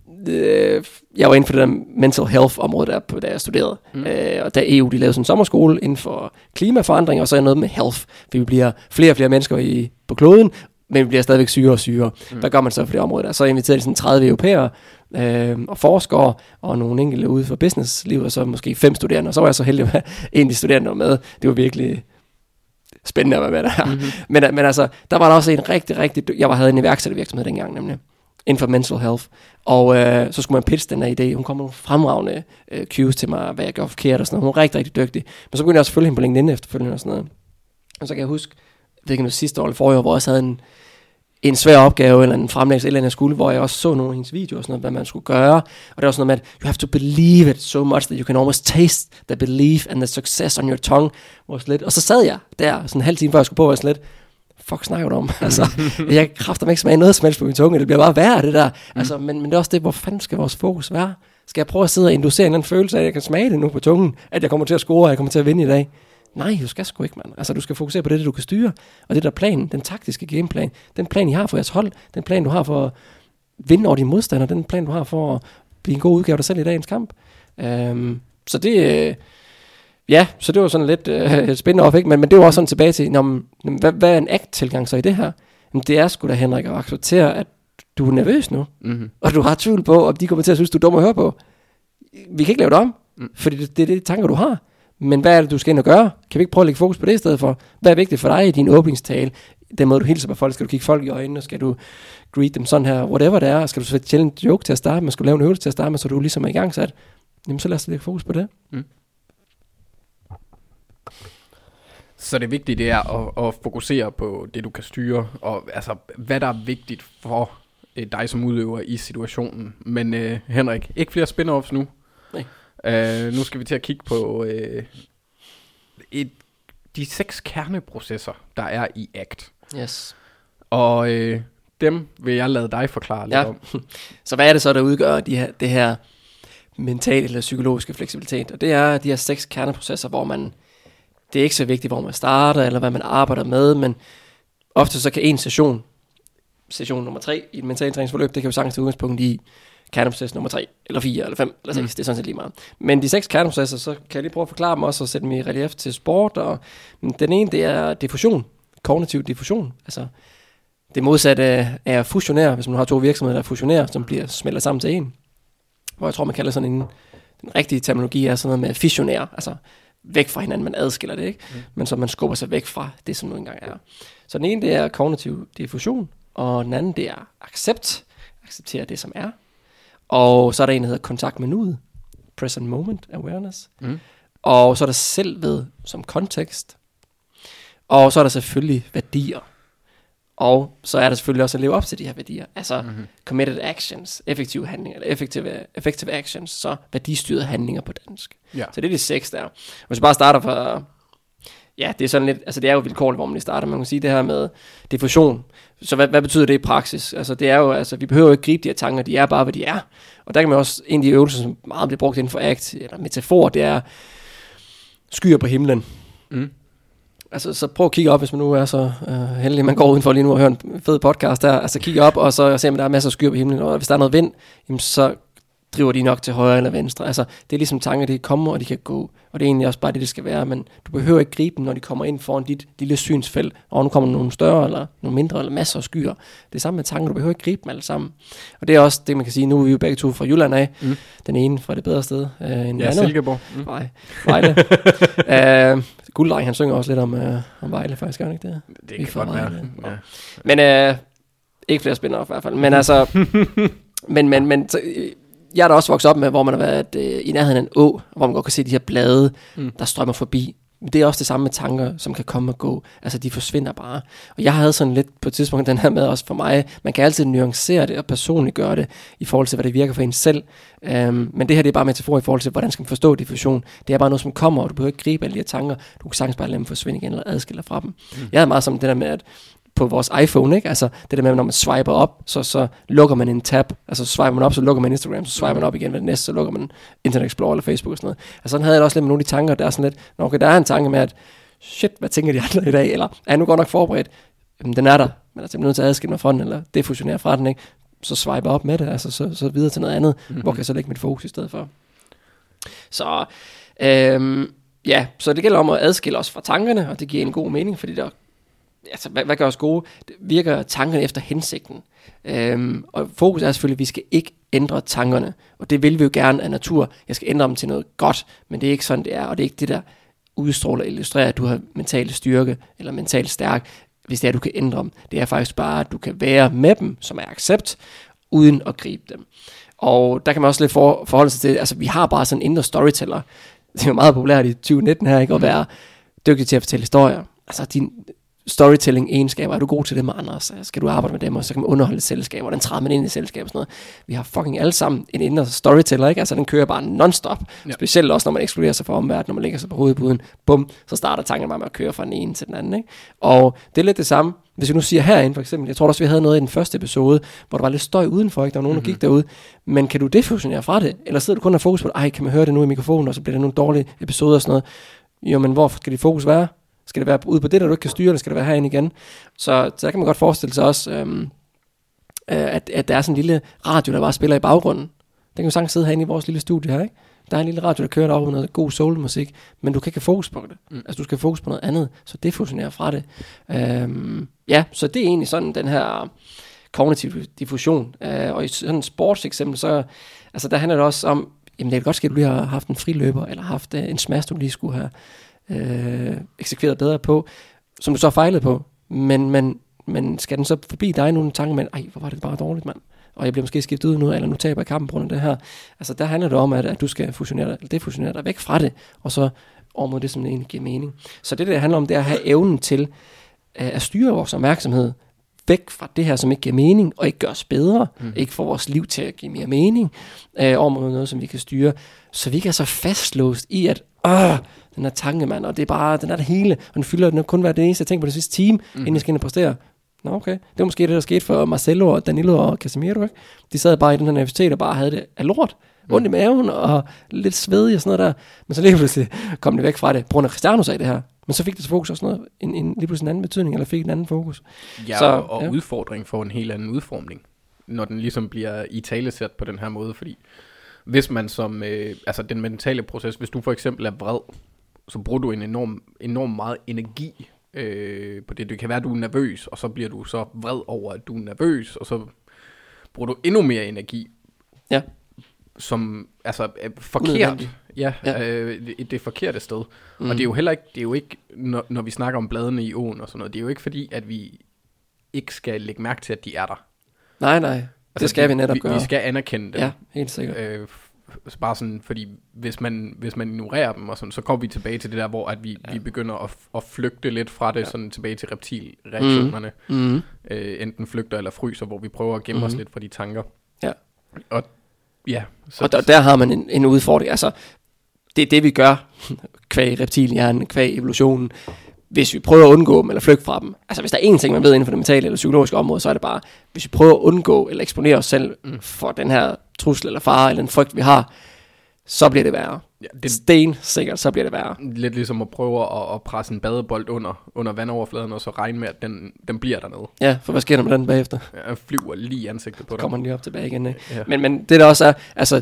jeg var inden for det der mental health område der, på, da jeg studerede. Mm. Øh, og da E U de lavede sådan en sommerskole inden for klimaforandring, og så er noget med health. For vi bliver flere og flere mennesker i, på kloden, men vi bliver stadigvæk syre og syre. Mm. Hvad gør man så for det område der? Så inviterede de sådan tredive europæere øh, og forskere, og nogle enkelte ude for businesslivet, og så måske fem studerende. Og så var jeg så heldig at være en af de studerende med. Det var virkelig spændende at være med der. Mm-hmm. men, men altså, der var der også en rigtig, rigtig... Jeg var, havde en iværksættervirksomhed dengang nemlig, inden for mental health. Og øh, så skulle man pitche den her idé. Hun kom med nogle fremragende øh, cues til mig, hvad jeg gjorde forkert og sådan noget. Hun var rigtig, rigtig dygtig. Men så begyndte jeg også at følge hende på LinkedIn efterfølgende og sådan noget. Og så kan jeg huske, jeg ved ikke noget sidste år eller forrige år, hvor jeg også havde en, en svær opgave, eller en fremlæggelse eller andet skole, hvor jeg også så nogle af hendes videoer og sådan noget, hvad man skulle gøre. Og det var sådan noget med, at you have to believe it so much that you can almost taste the belief and the success on your tongue. Og så sad jeg der, sådan en halv time før jeg skulle på, og sådan lidt, fuck snakker du om? Altså, jeg kræfter mig ikke smage noget som helst på min tunge, det bliver bare værre det der. Mm. Altså, men, men det er også det, hvor fanden skal vores fokus være? Skal jeg prøve at sidde og inducere en eller anden følelse af, at jeg kan smage det nu på tungen, at jeg kommer til at score, og jeg kommer til at vinde i dag? Nej, du skal sgu ikke, mand. Altså, du skal fokusere på det, du kan styre, og det der plan, den taktiske gameplan, den plan, I har for jeres hold, den plan, du har for at vinde over dine modstandere, den plan, du har for at blive en god udgave af dig selv i dagens kamp. Um, så det... Ja, så det var sådan lidt øh, spændende op, ikke? Men, men det var også sådan tilbage til, når, hvad, hvad er en act-tilgang så i det her? Jamen, det er sgu da, Henrik, at acceptere, at du er nervøs nu, mm-hmm. og du har tvivl på, om de kommer til at synes, du er dum at høre på. Vi kan ikke lave det om, mm. fordi det, det er det tanker, du har. Men hvad er det, du skal ind og gøre? Kan vi ikke prøve at lægge fokus på det i stedet for? Hvad er vigtigt for dig i din åbningstale? Den måde, du hilser på folk, skal du kigge folk i øjnene, skal du greet dem sådan her, whatever det er, skal du fortælle en joke til at starte med, skal du lave en øvelse til at starte med, så du ligesom er i gang sat? Jamen, så lad os lægge fokus på det. Mm. Så det vigtige, det er at, at fokusere på det, du kan styre, og altså, hvad der er vigtigt for øh, dig som udøver i situationen. Men øh, Henrik, ikke flere spin-offs nu. Nej. Øh, nu skal vi til at kigge på øh, et, de seks kerneprocesser, der er i ACT. Yes. Og øh, dem vil jeg lade dig forklare lidt ja. om. Så hvad er det så, der udgør de her, det her mentale eller psykologiske fleksibilitet? Og det er de her seks kerneprocesser, hvor man... det er ikke så vigtigt, hvor man starter, eller hvad man arbejder med, men ofte så kan en session, session nummer tre i et mentaltræningsforløb, det kan jo sagtens tage udgangspunkt i kerneproces nummer tre, eller fire, eller fem, eller seks, mm. det er sådan set lige meget. Men de seks kerneprocesser, så kan jeg lige prøve at forklare dem også, og sætte dem i relief til sport, og den ene, det er diffusion, kognitiv diffusion, altså det modsatte er at fusionere, hvis man har to virksomheder, der fusionerer, som bliver smelter sammen til en, hvor jeg tror, man kalder sådan en, den rigtige terminologi er sådan noget med fissionere, altså væk fra hinanden, man adskiller det, ikke? Mm. Men så man skubber sig væk fra det, som nu engang er. Så den ene, det er kognitiv diffusion, og den anden, det er accept, acceptere det, som er. Og så er der en, der hedder kontakt med nuet, present moment awareness. Mm. Og så er der selvved som kontekst. Og så er der selvfølgelig værdier. Og så er der selvfølgelig også at leve op til de her værdier. Altså mm-hmm. committed actions, effektive handlinger, eller effective, effective actions, så værdistyrede handlinger på dansk. Ja. Så det er de seks der. Hvis vi bare starter fra, ja, det er sådan lidt, altså det er jo vilkårligt, hvor man lige starter. Man kan sige det her med diffusion. Så hvad, hvad betyder det i praksis? Altså det er jo, altså vi behøver jo ikke gribe de her tanker, de er bare, hvad de er. Og der kan man også, en af de øvelser, som meget bliver brugt inden for ACT, eller metafor, det er skyer på himlen. Mm. Altså, så prøv at kigge op, hvis man nu er så øh, heldig, at man går udenfor lige nu og hører en fed podcast der. Altså, kigge op, og så ser man, at der er masser af skyer på himlen. Og hvis der er noget vind, jamen, så driver de nok til højre eller venstre. Altså, det er ligesom tanker, de kommer, og de kan gå. Og det er egentlig også bare det, det skal være. Men du behøver ikke gribe dem, når de kommer ind foran dit lille synsfelt. Og nu kommer nogle større, eller nogle mindre, eller masser af skyer. Det er samme med tanker, du behøver ikke gribe dem alle sammen. Og det er også det, man kan sige. Nu er vi jo begge to fra Jylland af. Mm. Den ene fra det bedre sted øh, end ja, Silkeborg. Mm. Nej, Vejle. uh, Gulddreng, han synger også lidt om, øh, om Vejle, faktisk, gør han ikke det? Det kan godt være. Ja. Men øh, ikke flere spændere i hvert fald. Men altså, men, men, men så, jeg er da også vokset op med, hvor man har været øh, i nærheden af en å, hvor man godt kan se de her blade, mm. der strømmer forbi. Det er også det samme med tanker, som kan komme og gå. Altså, de forsvinder bare. Og jeg havde sådan lidt på et tidspunkt den her med også for mig, man kan altid nuancere det og personligt gøre det, i forhold til, hvad det virker for en selv. Um, men det her, det er bare metafor i forhold til, hvordan skal man forstå diffusion. Det er bare noget, som kommer, og du behøver ikke gribe alle de her tanker. Du kan sagtens bare lade dem forsvinde igen, eller adskille fra dem. Mm. Jeg havde meget som det der med, at på vores iPhone, ikke? Altså det der med, når man swiper op, så, så lukker man en tab. Altså swiper man op, så lukker man Instagram, så swiper man op igen ved det næste, så lukker man Internet Explorer eller Facebook og sådan noget. Altså sådan havde jeg også lidt med nogle af de tanker, der er sådan lidt, nå, okay, der er en tanke med, at shit, hvad tænker de andre i dag? Eller er jeg nu godt nok forberedt? Jamen, den er der, men altså, jeg er nødt til at adskille mig fra den, eller defusionere fra den, ikke? Så swiper op med det, altså så, så videre til noget andet, mm-hmm. hvor kan jeg så lægge mit fokus i stedet for. Så, øhm, ja, så det gælder om at adskille os fra tankerne, og det giver en god mening, fordi der altså, hvad, hvad gør os gode? Det virker tankerne efter hensigten. Øhm, og fokus er selvfølgelig, at vi skal ikke ændre tankerne. Og det vil vi jo gerne af natur. Jeg skal ændre dem til noget godt, men det er ikke sådan, det er. Og det er ikke det, der udstråler og illustrerer, at du har mental styrke eller mental stærk, hvis det er, at du kan ændre dem. Det er faktisk bare, at du kan være med dem, som er accept, uden at gribe dem. Og der kan man også lidt for, forholde sig til, altså vi har bare sådan en indre storyteller. Det er jo meget populært i tyve nitten her, ikke? At være dygtig til at fortælle historier. Altså din storytelling-egenskaber, er du god til det med andre, så skal du arbejde med dem, og så kan man underholde et selskab, og den træder man ind i selskab og sådan noget. Vi har fucking alle sammen en indre storyteller, ikke? Altså den kører bare non-stop, ja. Specielt også når man ekskluderer sig fra omverdenen, når man lægger sig på hovedbuden, bum, så starter tanken bare med at køre fra den ene til den anden, ikke? Og det er lidt det samme, hvis vi nu siger herinde for eksempel, jeg tror også vi havde noget i den første episode, hvor der var lidt støj udenfor, ikke? Der var nogen, der mm-hmm. gik derud, men kan du defusionere fra det, eller sidder du kun og fokus på det, ej, kan man høre det nu i mikrofonen, og så bliver der nogle dårlige episoder og sådan noget, jo, men hvor skal dit fokus være? Skal det være ude på det, der du ikke kan styre, eller skal det være herinde igen? Så, så der kan man godt forestille sig også, øhm, at, at der er sådan en lille radio, der bare spiller i baggrunden. Den kan jo sagtens sidde herinde i vores lille studie her, ikke? Der er en lille radio, der kører derovre med noget god soulmusik, men du kan ikke have fokus på det. Mm. Altså du skal have fokus på noget andet, så defusionere fra det. Øhm, ja, så det er egentlig sådan den her kognitive diffusion. Øh, og i sådan et sportseksempel, så altså, der handler det også om, jamen det er godt ske, at du lige har haft en friløber, eller haft uh, en smash, du lige skulle have Øh, eksekveret bedre på, som du så fejlede på, men, men, men skal den så forbi dig nogle tanker med, ej, hvor var det bare dårligt, mand, og jeg bliver måske skiftet ud nu, eller nu taber jeg kampen på grund af det her. Altså der handler det om, at, at du skal fusionere dig, eller defusionere dig væk fra det, og så over mod det, som det egentlig giver mening. Så det, det handler om, det er at have evnen til øh, at styre vores opmærksomhed væk fra det her, som ikke giver mening, og ikke gør os bedre, mm. ikke får vores liv til at give mere mening, øh, over mod noget, som vi kan styre, så vi ikke er så fastlåst i, at åh, den her tanke, mand, og det er bare, den er det hele, og den fylder, den kun være det eneste, jeg tænker på det sidste time, mm-hmm. inden jeg skal ind og præstere. Nå, okay. Det var måske det, der skete for Marcelo og Danilo og Casemiro, ikke? De sad bare i den her nervøsitet og bare havde det af lort. Ondt i maven og lidt svedig og sådan noget der. Men så lige pludselig kom det væk fra det. Bruno Cristiano sagde det her. Men så fik det fokus også noget, en, en, lige pludselig en anden betydning, eller fik en anden fokus. Ja, så, og, og ja. udfordring får en helt anden udformning, når den ligesom bliver i talesæt på den her måde, fordi hvis man som, øh, altså den mentale proces, hvis du for eksempel er vred, så bruger du en enorm, enorm meget energi øh, på det. Det kan være, at du er nervøs, og så bliver du så vred over, at du er nervøs, og så bruger du endnu mere energi. Ja. Som altså er forkert. Unødvendigt. Ja, Ja. øh, det, det forkerte sted. Mm. Og det er jo heller ikke, det er jo ikke når, når vi snakker om bladene i åen og sådan noget, det er jo ikke fordi, at vi ikke skal lægge mærke til, at de er der. Nej, nej. Det Altså, skal vi netop vi, gøre. Vi skal anerkende dem. Ja, helt sikkert. Øh, f- bare sådan, fordi hvis man, hvis man ignorerer dem, og sådan, så kommer vi tilbage til det der, hvor at vi, ja. vi begynder at, f- at flygte lidt fra det, ja. Sådan tilbage til reptilreaktionerne. Mm. Mm. Øh, enten flygter eller fryser, hvor vi prøver at gemme mm. os lidt fra de tanker. Ja. Og ja. Så og der, der har man en, en udfordring. Altså, det er det, vi gør, kvæg reptilhjernen, kvæg evolutionen, hvis vi prøver at undgå dem eller flygte fra dem. Altså, hvis der er en ting, man ved inden for det mentale eller psykologiske område, så er det bare, hvis vi prøver at undgå eller eksponere os selv mm. for den her trussel eller fare eller en frygt, vi har, så bliver det værre. Ja, det, Sten sikkert, så bliver det værre. lidt ligesom at prøve at, at presse en badebold under, under vandoverfladen, og så regne med, at den, den bliver dernede. Ja, for hvad sker der med den bagefter? Ja, den flyver lige i ansigtet på dig. Kommer den lige op tilbage igen, ikke? Ja. Men, men det der også er, altså,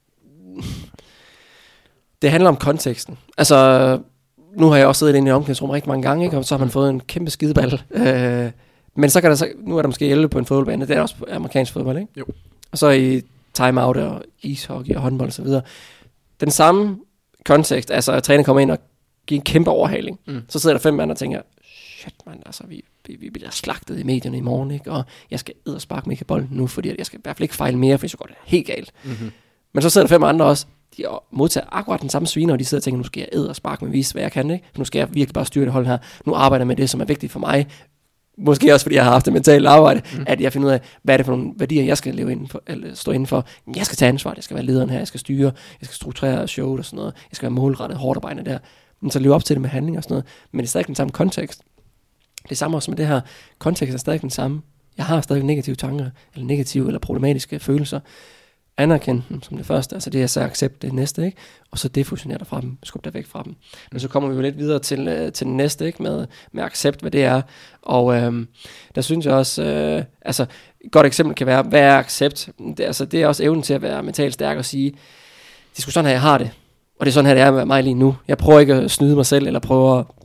det handler om konteksten. Altså, nu har jeg også siddet inde i et omklædningsrum rigtig mange gange, ikke? Og så har man fået en kæmpe skideball. Øh, men så kan der så, nu er der måske elleve på en fodboldbane, det er også amerikansk fodbold, ikke? Jo. Og så i timeout og ishockey og håndbold og så videre. Den samme kontekst, altså at træner kommer ind og giver en kæmpe overhaling. Mm. Så sidder der fem mand og tænker, shit mand, altså vi, vi, vi bliver slagtet i medierne i morgen, ikke? Og jeg skal eddersparke mig ikke bolden nu, fordi jeg skal i hvert fald ikke fejle mere, for så går det helt galt. Mm-hmm. Men så sidder der fem andre også, de modtager akkurat den samme sviner, og de sidder og tænker, nu skal jeg eddersparke mig, vise hvad jeg kan, ikke? Nu skal jeg virkelig bare styre det hold her. Nu arbejder jeg med det, som er vigtigt for mig. Måske også fordi jeg har haft det mentale arbejde, mm. at jeg finder ud af, hvad er det for nogle værdier, jeg skal leve inden for, eller stå inden for. Jeg skal tage ansvar, jeg skal være lederen her, jeg skal styre, jeg skal strukturere showet og sådan noget, jeg skal være målrettet, hårdt arbejdende der. Men så leve op til det med handling og sådan noget. Men det er stadig den samme kontekst. Det er samme også med det her, kontekst er stadig den samme. Jeg har stadig negative tanker, eller negative eller problematiske følelser. Anerkend dem som det første, altså det er så accept det næste, ikke? Og så defusionere dig fra dem, skub dig væk fra dem. Men så kommer vi jo lidt videre til, øh, til den næste, ikke? Med, med accept, hvad det er. Og øh, der synes jeg også, øh, altså et godt eksempel kan være, hvad er accept? Det, altså, det er også evnen til at være mentalt stærk og sige, det er sgu sådan her, jeg har det. Og det er sådan her, det er med mig lige nu. Jeg prøver ikke at snyde mig selv, eller prøver at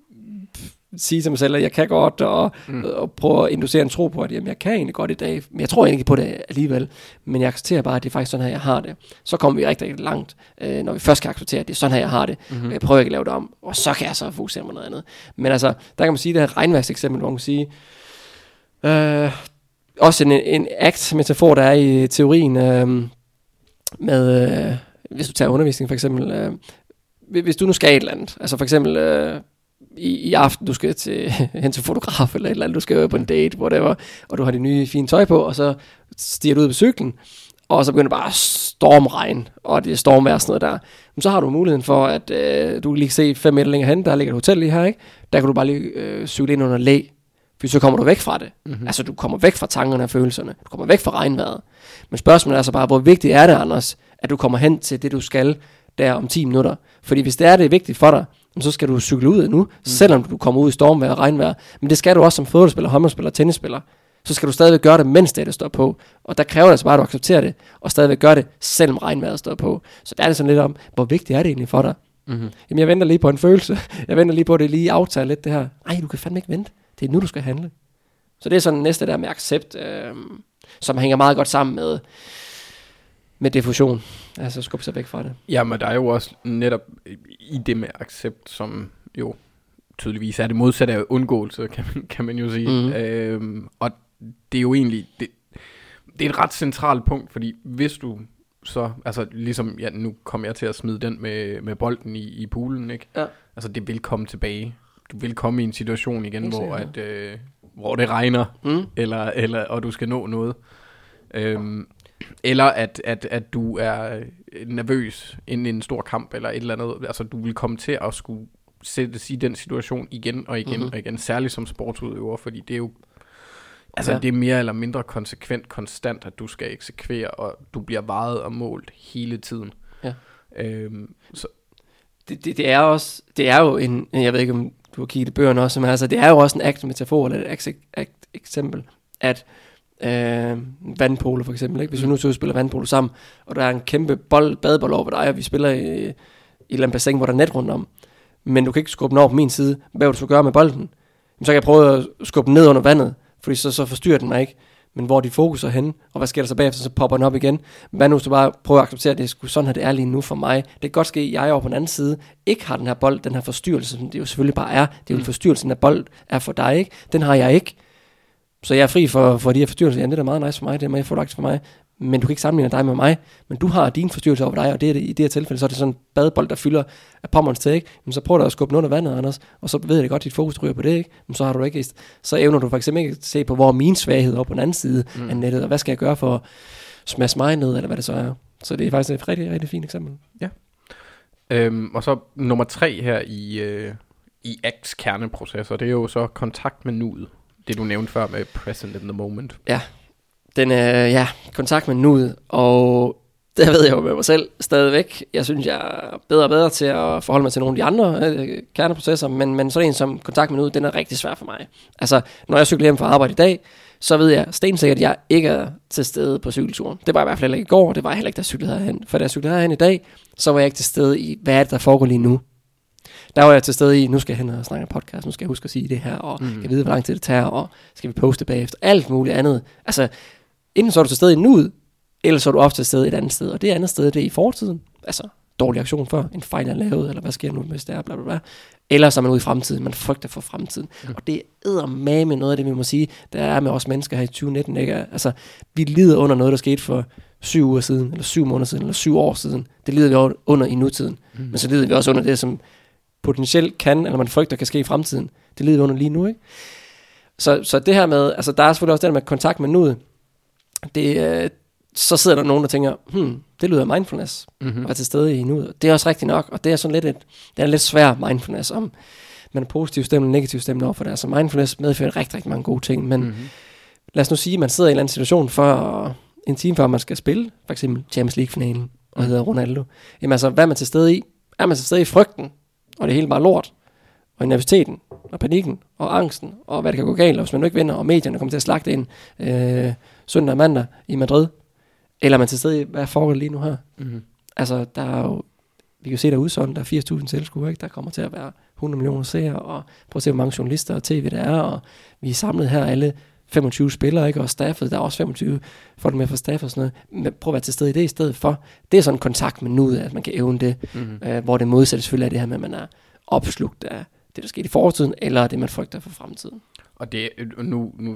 sige til mig selv, at jeg kan godt, og, mm. og prøve at inducere en tro på, at jamen, jeg kan egentlig godt i dag, men jeg tror egentlig ikke på det alligevel, men jeg accepterer bare, at det er faktisk sådan her, jeg har det. Så kommer vi rigtig, rigtig langt, øh, når vi først kan acceptere, at det er sådan her, jeg har det, mm-hmm. og jeg prøver ikke at lave det om, og så kan jeg så fokusere på noget andet. Men altså, der kan man sige, det her regnværkseksempel, hvor man kan sige, øh, også en, en act-metafor, der er i teorien, øh, med, øh, hvis du tager undervisning for eksempel, øh, hvis du nu skal et eller andet, altså for eksempel, øh, I, i aften, du skal til, hen til fotograf eller et eller andet, du skal på en date, whatever, og du har det nye fine tøj på, og så stiger du ud på cyklen, og så begynder det bare at stormregn, og det er stormvejr og sådan noget der. Men så har du muligheden for, at øh, du kan lige se fem meter længere hen, der ligger et hotel lige her, ikke? Der kan du bare lige øh, cykle ind under læ, for så kommer du væk fra det. Mm-hmm. Altså, du kommer væk fra tankerne og følelserne. Du kommer væk fra regnvejret. Men spørgsmålet er så bare, hvor vigtigt er det, Anders, at du kommer hen til det, du skal der om ti minutter? Fordi hvis det er det er vigtigt for dig, så skal du cykle ud nu, mm. selvom du kommer ud i stormvejr og regnvejr. Men det skal du også som fodboldspiller, håndboldspiller, tennisspiller. Så skal du stadigvæk gøre det, mens det, det står på. Og der kræver det altså bare, at du accepterer det, og stadigvæk gør det, selvom regnvejret står på. Så der er det sådan lidt om, hvor vigtigt er det egentlig for dig? Mm-hmm. Jamen, jeg venter lige på en følelse. Jeg venter lige på, at det lige aftager lidt det her. Ej, du kan fandme ikke vente. Det er nu, du skal handle. Så det er sådan næste der med accept, øh, som hænger meget godt sammen med, med diffusion. Altså skubbe sig væk fra det. Ja, men der er jo også netop i det med accept, som jo tydeligvis er det modsatte af undgåelse, kan man, kan man jo sige. Mm-hmm. Øhm, og det er jo egentlig, det, det er et ret centralt punkt, fordi hvis du så, altså ligesom, ja, nu kommer jeg til at smide den med, med bolden i, i poolen, ikke? Ja. Altså det vil komme tilbage. Du vil komme i en situation igen, ikke hvor, at, øh, hvor det regner, mm. eller, eller, og du skal nå noget. Øhm, eller at, at, at du er nervøs inden i en stor kamp, eller et eller andet. Altså du vil komme til at skulle sættes i den situation igen og igen mm-hmm. og igen, særligt som sportsudøver, fordi det er jo Altså, det er mere eller mindre konsekvent, konstant, at du skal eksekvere, og du bliver vejet og målt hele tiden. Ja. Øhm, så. Det, det, det er også, det er jo en, jeg ved ikke, om du har kigget i bøgerne også, men altså, det er jo også en akt metafor, eller et akt, akt eksempel, at øh, vandpolo for eksempel, ikke? Hvis vi nu så spiller vandpolo sammen, og der er en kæmpe bold, badebold over dig, og vi spiller i, i et eller andet bassin, hvor der er net rundt om, men du kan ikke skubbe den over på min side, hvad vil du så gøre med bolden? Så kan jeg prøve at skubbe den ned under vandet, fordi så, så forstyrrer den mig ikke. Men hvor dit fokus er henne, og hvad sker der så bagefter, så popper den op igen. Hvad nu, hvis du bare prøver at acceptere, at det er sådan her, det er lige nu for mig. Det kan godt ske, at jeg over på den anden side ikke har den her bold, den her forstyrrelse, som det jo selvfølgelig bare er. Det er jo en forstyrrelse, den her bold er for dig, ikke? Den har jeg ikke. Så jeg er fri for, for de her forstyrrelser. Ja, det er meget nice for mig, det er meget forlagt for mig. Men du kan ikke sammenligne dig med mig. Men du har din forstyrrelse over dig, og det er det, i det her tilfælde, så er det sådan en badebold, der fylder af pommerens til, ikke? Men så prøver du at skubbe den under vandet, Anders, og så ved jeg det godt, dit fokus ryger på det, ikke? Men så har du ikke, så evner du for eksempel ikke at se på, hvor er min svaghed over på den anden side mm. af nettet, og hvad skal jeg gøre for at smash mig ned, eller hvad det så er. Så det er faktisk et rigtig, rigtig fint eksempel. Ja. Øhm, og så nummer tre her i, øh, i A C T's kerneprocesser, det er jo så kontakt med nuet. Det du nævnte før med present in the moment. Ja, den er, ja, kontakt med nuet, og det ved jeg jo med mig selv stadigvæk. Jeg synes, jeg er bedre og bedre til at forholde mig til nogle af de andre øh, kerneprocesser, men, men sådan en som kontakt med nuet, den er rigtig svær for mig. Altså, når jeg cykler hjem fra arbejde i dag, så ved jeg stensikkert, at jeg ikke er til stede på cykelturen. Det var jeg i hvert fald ikke i går, det var jeg heller ikke, da jeg cyklede herhen. For da jeg cyklede herhen i dag, så var jeg ikke til stede i, hvad er det, der foregår lige nu. Der var jeg til stede i, nu skal jeg hen og snakke en podcast, nu skal jeg huske at sige det her, og mm. jeg ved, hvor lang tid det tager, og skal vi poste bagefter, alt muligt andet. Altså, enten så er du til stede i nuet, eller så er du ofte til stede et andet sted, og det andet sted, det er i fortiden. Altså, dårlig aktion før, en fejl er lavet, eller hvad sker nu, hvis det er, bla bla bla. Eller så er man ude i fremtiden, man frygter for fremtiden. Mm. Og det er med noget af det, vi må sige, der er med os mennesker her i tyve nitten, ikke? Altså, vi lider under noget, der skete for syv uger siden, eller syv måneder siden, eller syv år siden. Det lider vi under i nutiden. Mm. Men så lider vi også under det, som potentielt kan, eller man frygter kan ske i fremtiden. Det lider vi under lige nu, ikke? Så, så det her med, altså der er selvfølgelig også det der med kontakt med nuet. Det, øh, så sidder der nogen, der tænker, hmm, det lyder mindfulness, mm-hmm. at være til stede i nuet. Det er også rigtigt nok, og det er sådan lidt et, det er en lidt svær mindfulness, om man er positiv stemme eller negativ stemme overfor det. Så mindfulness medfører rigtig, rigtig mange gode ting, men mm-hmm. lad os nu sige, at man sidder i en eller anden situation for en time før man skal spille, for eksempel Champions League-finalen, og hedder Ronaldo. Jamen altså, hvad er man til stede i? Er man til stede i frygten, og det hele bare lort, og nervøsiteten, og panikken, og angsten, og hvad det kan gå galt, og hvis man nu ikke vinder, og medierne kommer til at slagte ind øh, søndag og mandag i Madrid, eller er man til stede i, hvad foregår lige nu her? Mm-hmm. Altså, der er jo, vi kan jo se der udsolgt, der er firs tusind tilskuere, ikke? Der kommer til at være hundrede millioner seere, og prøv at se, hvor mange journalister og tv der er, og vi er samlet her alle femogtyve spillere, ikke? Og staffet, der er også femogtyve folk med fra staff og sådan noget. Men prøv at være til stede i det i stedet for. Det er sådan en kontakt med nuet, at man kan evne det, mm-hmm. øh, hvor det modsatte selvfølgelig er det her med, at man er opslugt af det, der skete i fortiden, eller det, man frygter for fremtiden. Og det nu, nu,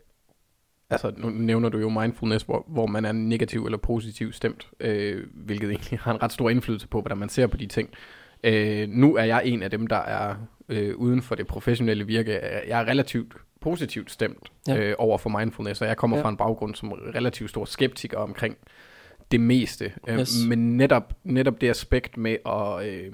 altså, nu nævner du jo mindfulness, hvor, hvor man er negativ eller positiv stemt, øh, hvilket egentlig har en ret stor indflydelse på, hvordan man ser på de ting. Øh, nu er jeg en af dem, der er øh, uden for det professionelle virke. Jeg er relativt positivt stemt ja. øh, over for mindfulness, og jeg kommer ja. fra en baggrund som relativt stor skeptiker omkring det meste. Yes. Øh, men netop, netop det aspekt med at øh,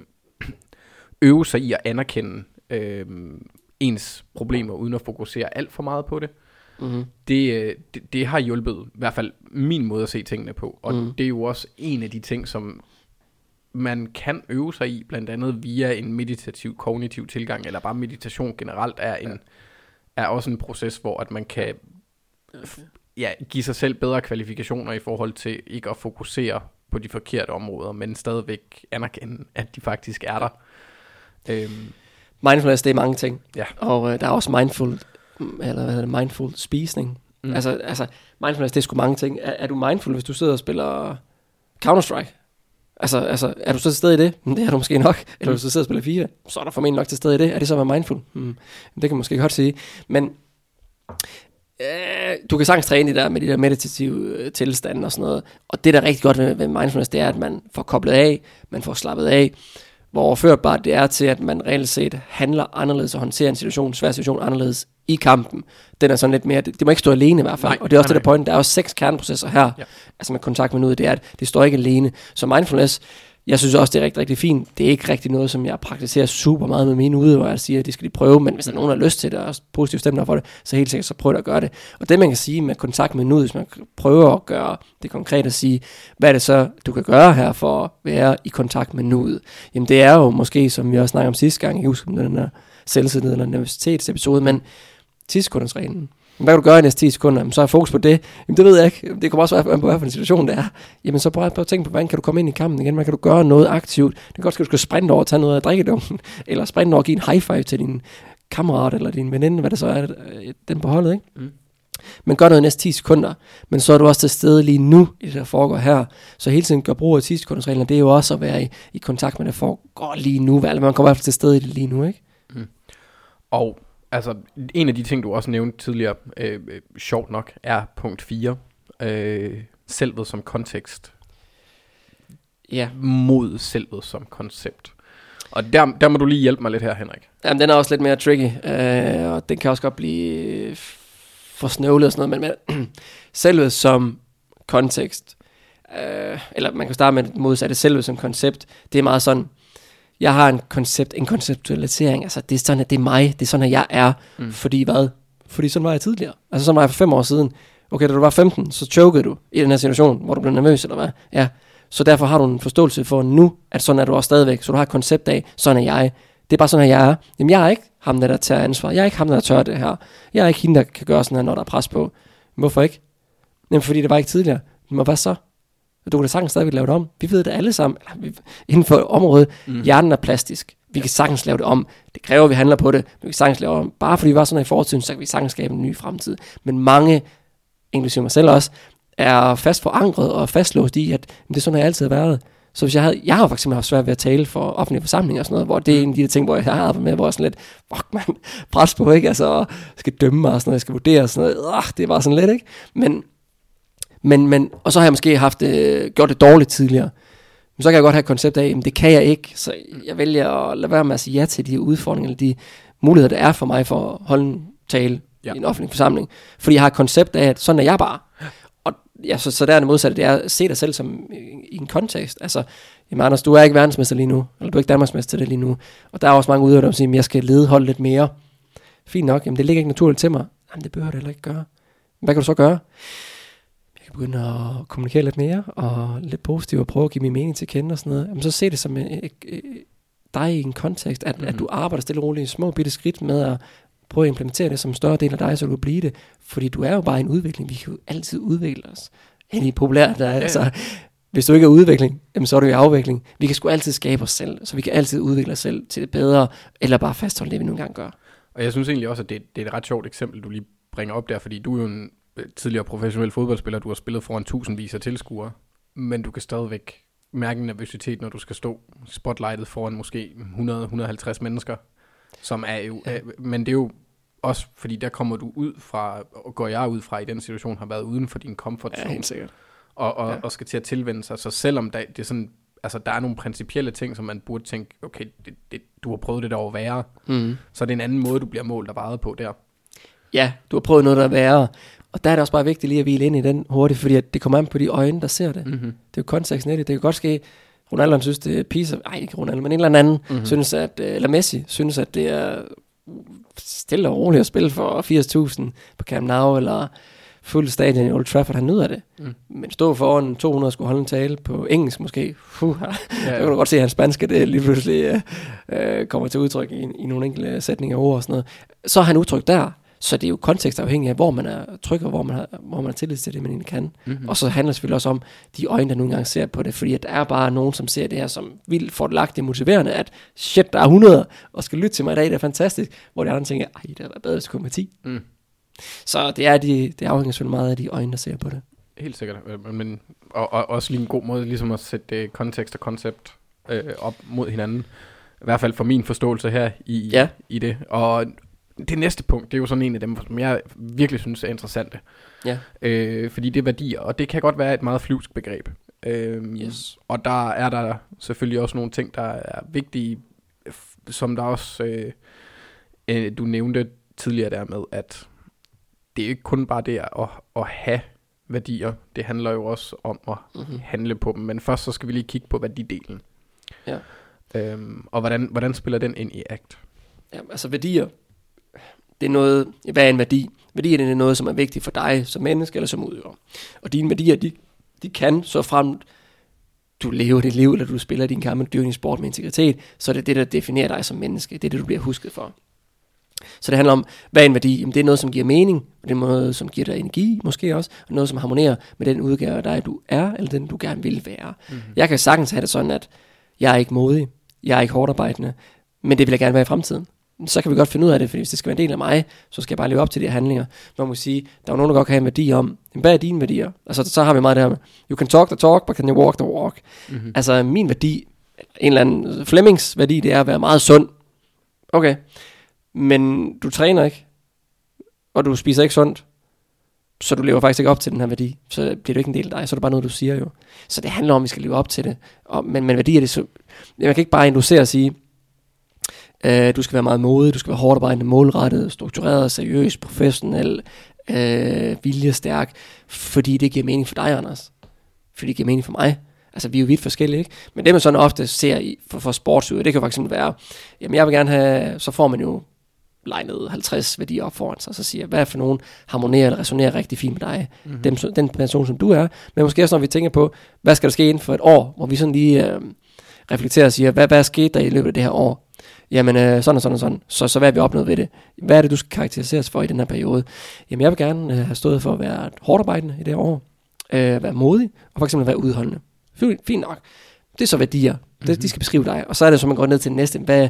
øve sig i at anerkende øh, ens problemer, uden at fokusere alt for meget på det, mm-hmm. det, det, det har hjulpet i hvert fald min måde at se tingene på. Og mm. det er jo også en af de ting, som man kan øve sig i, blandt andet via en meditativ, kognitiv tilgang, eller bare meditation generelt er en ja. er også en proces, hvor at man kan f- ja, give sig selv bedre kvalifikationer i forhold til ikke at fokusere på de forkerte områder, men stadigvæk anerkende, at de faktisk er der. Øhm. Mindfulness, det er mange ting. Ja. Og øh, der er også mindful, eller hvad hedder det, mindful spisning. Mm. Altså, altså, mindfulness, det er sgu mange ting. Er, er du mindful, hvis du sidder og spiller Counter-Strike? Altså, altså, er du så til stede i det? Det er du måske nok. Eller hvis du sidder og spiller FIFA, så er der formentlig nok til stede i det. Er det så at være mindful? Hmm. Det kan man måske godt sige. Men øh, du kan sagtens træne det der med de der meditative øh, tilstande og sådan noget. Og det, der er rigtig godt ved, ved mindfulness, det er, at man får koblet af, man får slappet af. Hvor overførbart det er til, at man reelt set handler anderledes og håndterer en situation, en svær situation anderledes i kampen. Den er sådan lidt mere, det, det må ikke stå alene i hvert fald. Nej, og det er også nej, det der point, der er også seks kerneprocesser her, ja. Altså med kontakt med nuet, det er, at det står ikke alene. Så mindfulness, Jeg synes også, det er rigtig, rigtig fint. Det er ikke rigtig noget, som jeg praktiserer super meget med mine ude, hvor jeg siger, at det skal de prøve, men hvis der er nogen, der har lyst til det, og er positivt stemt for det, så helt sikkert, så prøv at gøre det. Og det, man kan sige med kontakt med nuet, hvis man prøver at gøre det konkret at sige, hvad er det så, du kan gøre her for at være i kontakt med nuet? Jamen det er jo måske, som vi også snakkede om sidste gang, jeg husker den der selvtillid eller nervøsitetsepisode, men ti sekunders reglen. Hvad kan du gøre i næste ti sekunder? Jamen, så er fokus på det. Jamen, det ved jeg ikke. Det kommer også være på, hvad for en situation det er. Jamen, så prøv at tænke på, hvordan kan du komme ind i kampen igen? Hvordan kan du gøre noget aktivt? Det kan godt være, at du skal sprinte over og tage noget af drikkedunken, eller sprinte over og give en high five til din kammerat, eller din veninde, hvad det så er, den på holdet, ikke? Mm. Men gør noget i næste ti sekunder, men så er du også til stede lige nu, i det der foregår her. Så hele tiden gør brug af ti sekunders reglen, det er jo også at være i, i kontakt med det foregår lige nu. Man kommer i hvert fald til stede i det lige nu, ikke? Mm. Og altså, en af de ting, du også nævnte tidligere, øh, øh, sjovt nok, er punkt fire. Øh, selvet som kontekst. Ja. Mod selvet som koncept. Og der, der må du lige hjælpe mig lidt her, Henrik. Jamen, den er også lidt mere tricky, øh, og den kan også godt blive for snøvlet og sådan noget, men, men selvet som kontekst, øh, eller man kan starte med det modsatte, selvet som koncept, det er meget sådan, jeg har en koncept, en konceptualisering, altså det er sådan, at det er mig, det er sådan, at jeg er, mm. fordi hvad? Fordi sådan var jeg tidligere, altså sådan var jeg for fem år siden. Okay, da du var femten, så chokede du i den her situation, hvor du blev nervøs, eller hvad? Ja, så derfor har du en forståelse for nu, at sådan er du også stadigvæk, så du har et koncept af, sådan er jeg. Det er bare sådan, at jeg er. Jamen, jeg er ikke ham, der, der tager ansvar. Jeg er ikke ham, der tør det her. Jeg er ikke hende, der kan gøre sådan her, når der er pres på. Hvorfor ikke? Jamen, fordi det var ikke tidligere. Men hvad så? Du kan da sagtens stadigvæk lave det om. Vi ved det alle sammen. Inden for området, mm. hjernen er plastisk. Vi kan sagtens lave det om. Det kræver, at vi handler på det. Vi kan sagtens lave det om. Bare fordi vi var sådan her i fortiden, så kan vi sagtens skabe en ny fremtid. Men mange, inklusive mig selv også, er fast forankret og fastlåst i, at det er sådan, jeg altid har været. Så hvis jeg havde, jeg har for eksempel haft svært ved at tale for offentlige forsamlinger og sådan noget, hvor det er en af de ting, hvor jeg har arbejdet med, hvor jeg sådan lidt, fuck man, pres på, ikke? Altså, skal dømme mig og sådan noget, jeg skal vurdere og sådan noget, uh, det var sådan lidt, ikke? Men, men, men, og så har jeg måske haft øh, gjort det dårligt tidligere. Men så kan jeg godt have et koncept af, men det kan jeg ikke, så jeg vælger at lade være med at sige ja til de udfordringer, eller de muligheder, der er for mig for at holde en tale ja. i en offentlig forsamling. Fordi jeg har et koncept af, at sådan er jeg bare. Ja, så, så der er det modsatte, det er at se dig selv som i, i en kontekst. Altså, jamen Anders, du er ikke verdensmester lige nu, eller du er ikke Danmarksmester til det lige nu. Og der er også mange udøvere, der siger, at jeg skal lede holde lidt mere. Fint nok, jamen det ligger ikke naturligt til mig. Jamen det behøver det heller ikke gøre. Hvad kan du så gøre? Jeg kan begynde at kommunikere lidt mere, og lidt positivt, og prøve at give min mening til at kende og sådan noget. Jamen så se det som en, en, en, dig i en kontekst, at, mm-hmm. at du arbejder stille og roligt i små bitte skridt med at prøve at implementere det som en større del af dig, så du kan blive det. Fordi du er jo bare i en udvikling. Vi kan jo altid udvikle os. End i populært, der er, ja. Altså, hvis du ikke er udvikling, jamen, så er du i afvikling. Vi kan sgu altid skabe os selv, så vi kan altid udvikle os selv til det bedre, eller bare fastholde det, vi nogle gange gør. Og jeg synes egentlig også, at det, det er et ret sjovt eksempel, du lige bringer op der, fordi du er jo en tidligere professionel fodboldspiller, du har spillet foran tusindvis af tilskuere, men du kan stadigvæk mærke en nervøsitet, når du skal stå spotlightet foran måske hundrede til hundrede og halvtreds mennesker, som er jo, ja. Men det er jo også fordi der kommer du ud fra, og går jeg ud fra i den situation, har været uden for din comfort zone. Ja, helt sikkert. Og, og, ja. og skal til at tilvende sig. Så selvom der, det er sådan, altså, der er nogle principielle ting, som man burde tænke, okay, det, det, du har prøvet det der at være, mm. så er det en anden måde, du bliver målt og vejet på der. Ja, du har prøvet noget, der er værre. Og der er det også bare vigtigt lige at hvile ind i den hurtigt, fordi at det kommer an på de øjne, der ser det. Mm-hmm. Det er jo konteksten i det. Det kan godt ske, Ronaldo synes, det er Pisa, ej ikke Ronaldo, men en eller anden mm-hmm. synes, at, eller Messi synes, at det er stille og roligt at spille for firs tusind på Camp Nou, eller fuld stadion i Old Trafford, han nyder det. Mm. Men stå foran to hundrede skulle holde en tale på engelsk måske, Fuh, ja, ja. Der kan du godt se, at hans spanske det lige pludselig øh, kommer til udtryk i, i nogle enkelte sætninger og ord og sådan noget. Så er han udtryk der, så det er jo kontekstafhængigt af, hvor man er tryg, og hvor man har, hvor man har tillid til det, man egentlig kan. Mm-hmm. Og så handler det selvfølgelig også om de øjne, der nogle gange ser på det, fordi at der er bare nogen, som ser det her som vildt fordelagtigt motiverende, at shit, der er hundrede, og skal lytte til mig i dag, det er fantastisk, hvor de andre tænker, ej, det er bedre, hvis det kommer med ti. Mm. Så det, er de, det afhænger selvfølgelig meget af de øjne, der ser på det. Helt sikkert, men og, og også lige en god måde ligesom at sætte kontekst og koncept øh, op mod hinanden. I hvert fald for min forståelse her i, ja. i det. Og det næste punkt, det er jo sådan en af dem, som jeg virkelig synes er interessante. Ja. Øh, fordi det er værdier, og det kan godt være et meget flyvsk begreb. Øh, yes. Og der er der selvfølgelig også nogle ting, der er vigtige, som der også, øh, øh, du nævnte tidligere der med, at det er ikke kun bare det at, at have værdier. Det handler jo også om at mm-hmm. handle på dem. Men først så skal vi lige kigge på værdidelen. Ja. Øhm, og hvordan, hvordan spiller den ind i ACT? Ja, altså værdier, det er noget, hvad er en værdi? Værdier, det er noget, som er vigtigt for dig som menneske eller som udøver. Og dine værdier, de, de kan, så frem du lever dit liv, eller du spiller din kamp, dyrker din sport med integritet, så er det det, der definerer dig som menneske. Det er det, du bliver husket for. Så det handler om, hvad er en værdi? Jamen, det er noget, som giver mening, og det er noget, som giver dig energi, måske også, og noget, som harmonerer med den udgave af dig, du er, eller den, du gerne vil være. Mm-hmm. Jeg kan sagtens have det sådan, at jeg er ikke modig, jeg er ikke hårdt arbejdende, men det vil jeg gerne være i fremtiden. Så kan vi godt finde ud af det, for hvis det skal være en del af mig, så skal jeg bare leve op til de her handlinger. Man må sige, der er nogen, der godt kan have en værdi om, hvad er dine værdier? Altså, så har vi meget det her med, you can talk the talk, but can you walk the walk? Mm-hmm. Altså, min værdi, en eller anden Flemmings værdi, det er at være meget sund. Okay, men du træner ikke, og du spiser ikke sundt, så du lever faktisk ikke op til den her værdi, så bliver det ikke en del af dig, så er det bare noget, du siger jo. Så det handler om, at vi skal leve op til det. Og, men, men værdi er det så, man kan ikke bare inducere og sige, Uh, du skal være meget modig, du skal være hårdt arbejdende, målrettet, struktureret, seriøs, professionel, uh, viljestærk, fordi det giver mening for dig, Anders. Fordi det giver mening for mig. Altså, vi er jo vidt forskellige, ikke? Men det, man sådan ofte ser i, for, for sportsudøvere, det kan jo faktisk være, jamen, jeg vil gerne have, så får man jo legnet halvtreds værdier op foran sig, så siger, hvad for nogen harmonerer eller resonerer rigtig fint med dig, mm-hmm. den, den person, som du er. Men måske også, når vi tænker på, hvad skal der ske inden for et år, hvor vi sådan lige uh, reflekterer og siger, hvad, hvad er sket der i løbet af det her år? Jamen øh, sådan og sådan og sådan. Så, så hvad har vi opnået ved det? Hvad er det, du skal karakteriseres for i den her periode? Jamen jeg vil gerne øh, have stået for at være hårdt arbejdende i det her år. Øh, være modig, og for eksempel være udholdende. Fint, fint nok. Det er så værdier. Mm-hmm. Det, de skal beskrive dig. Og så er det så, man går ned til den næste. Hvad,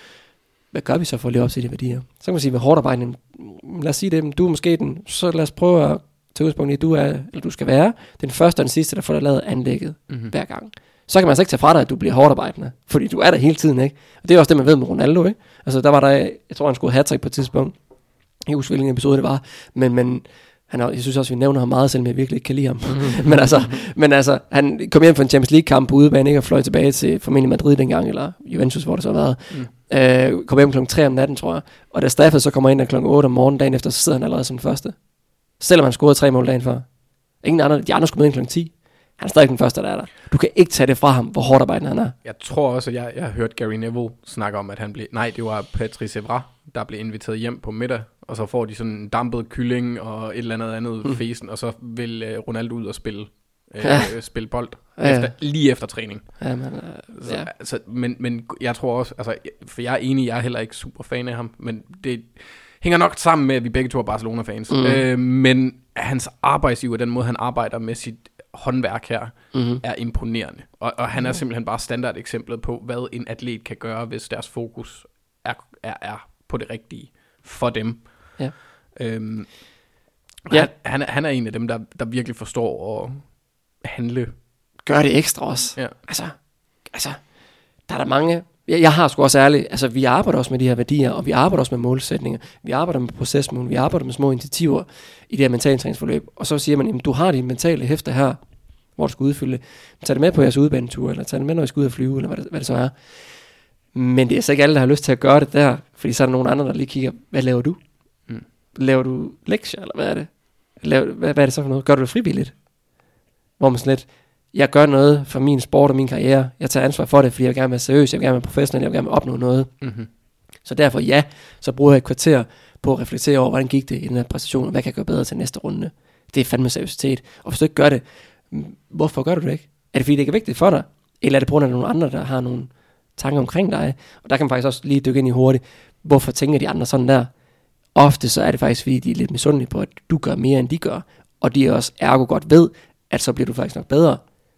hvad gør vi så for at leve op til de værdier? Så kan man sige, være hårdt arbejdende. Lad os sige det, du er måske den. Så lad os prøve at tage udgangspunkt i, at du, er, eller du skal være den første og den sidste, der får dig lavet anlægget mm-hmm. hver gang. Så kan man altså ikke tage fra dig, at du bliver hårdt arbejdende, fordi du er der hele tiden, ikke? Og det er også det, man ved med Ronaldo, ikke? Altså, der var der, jeg tror, han skulle have hat-trick på et tidspunkt. Jeg kan huske, hvilken episode det var, men, men han er, jeg synes også, vi nævner ham meget, selvom jeg virkelig ikke kan lide ham. men, altså, men altså, han kom hjem fra en Champions League-kamp på udebane, ikke? Og fløj tilbage til formentlig Madrid dengang, eller Juventus, hvor det så har været. Mm. Øh, kom hjem klokken tre om natten, tror jeg. Og da Stafford så kommer ind der klokken otte om morgenen, dagen efter, så sidder han allerede som første. Selvom han scorede tre mål dagen før. Ingen andre, de andre skulle med ind klokken ti. Han er stadig den første, der er der. Du kan ikke tage det fra ham, hvor hårdt arbejdende han er. Jeg tror også, at jeg, jeg har hørt Gary Neville snakke om, at han blev... Nej, det var Patrice Evra, der blev inviteret hjem på middag, og så får de sådan en dampet kylling og et eller andet andet mm. fesen, og så vil uh, Ronaldo ud og spille, uh, ja. spille bold ja, ja. Efter, lige efter træning. Ja, men, uh, så, ja. Altså, men, men jeg tror også... Altså, for jeg er enig, jeg er heller ikke super fan af ham, men det hænger nok sammen med, at vi begge to er Barcelona-fans. Mm. Uh, men hans arbejdsgiver, den måde, han arbejder med sit håndværk her, mm-hmm. er imponerende. Og, og han er simpelthen bare standardeksemplet på, hvad en atlet kan gøre, hvis deres fokus er, er, er på det rigtige for dem. Ja. Øhm, ja. Han, han, han er en af dem, der, der virkelig forstår at handle. Gør det ekstra også. Ja. Altså, altså, der er der mange... Jeg, jeg har sgu også ærligt, altså vi arbejder også med de her værdier, og vi arbejder også med målsætninger, vi arbejder med procesmål, vi arbejder med små initiativer i det her mentale træningsforløb, og så siger man, jamen du har de mentale hæfter her, hvor du skal udfylde det. Tag det med på jeres udbanetur, eller tag det med, når I skal ud og flyve, eller hvad det, hvad det så er. Men det er så ikke alle, der har lyst til at gøre det der, fordi så er der nogen andre, der lige kigger, hvad laver du? Mm. Laver du lektier, eller hvad er det? Laver, hvad, hvad er det så for noget? Gør du det frivilligt? Hvor man sådan lidt, jeg gør noget for min sport og min karriere. Jeg tager ansvar for det, fordi jeg vil gerne være seriøs, jeg vil gerne være professionel, jeg vil gerne opnå noget. Mm-hmm. Så derfor ja, så bruger jeg et kvarter på at reflektere over, hvordan gik det i den her præstation, og hvad kan jeg gøre bedre til næste runde. Det er fandme seriøsitet. Og hvis du ikke gør det, hvorfor gør du det ikke? Er det fordi, det ikke er vigtigt for dig? Eller er det på grund af nogle andre, der har nogle tanker omkring dig? Og der kan man faktisk også lige dykke ind i hurtigt. Hvorfor tænker de andre sådan der? Ofte så er det faktisk, fordi de er lidt misundelige på, at du gør mere, end de gør. Og de også ergo godt ved, at så bliver du faktisk nok bedre.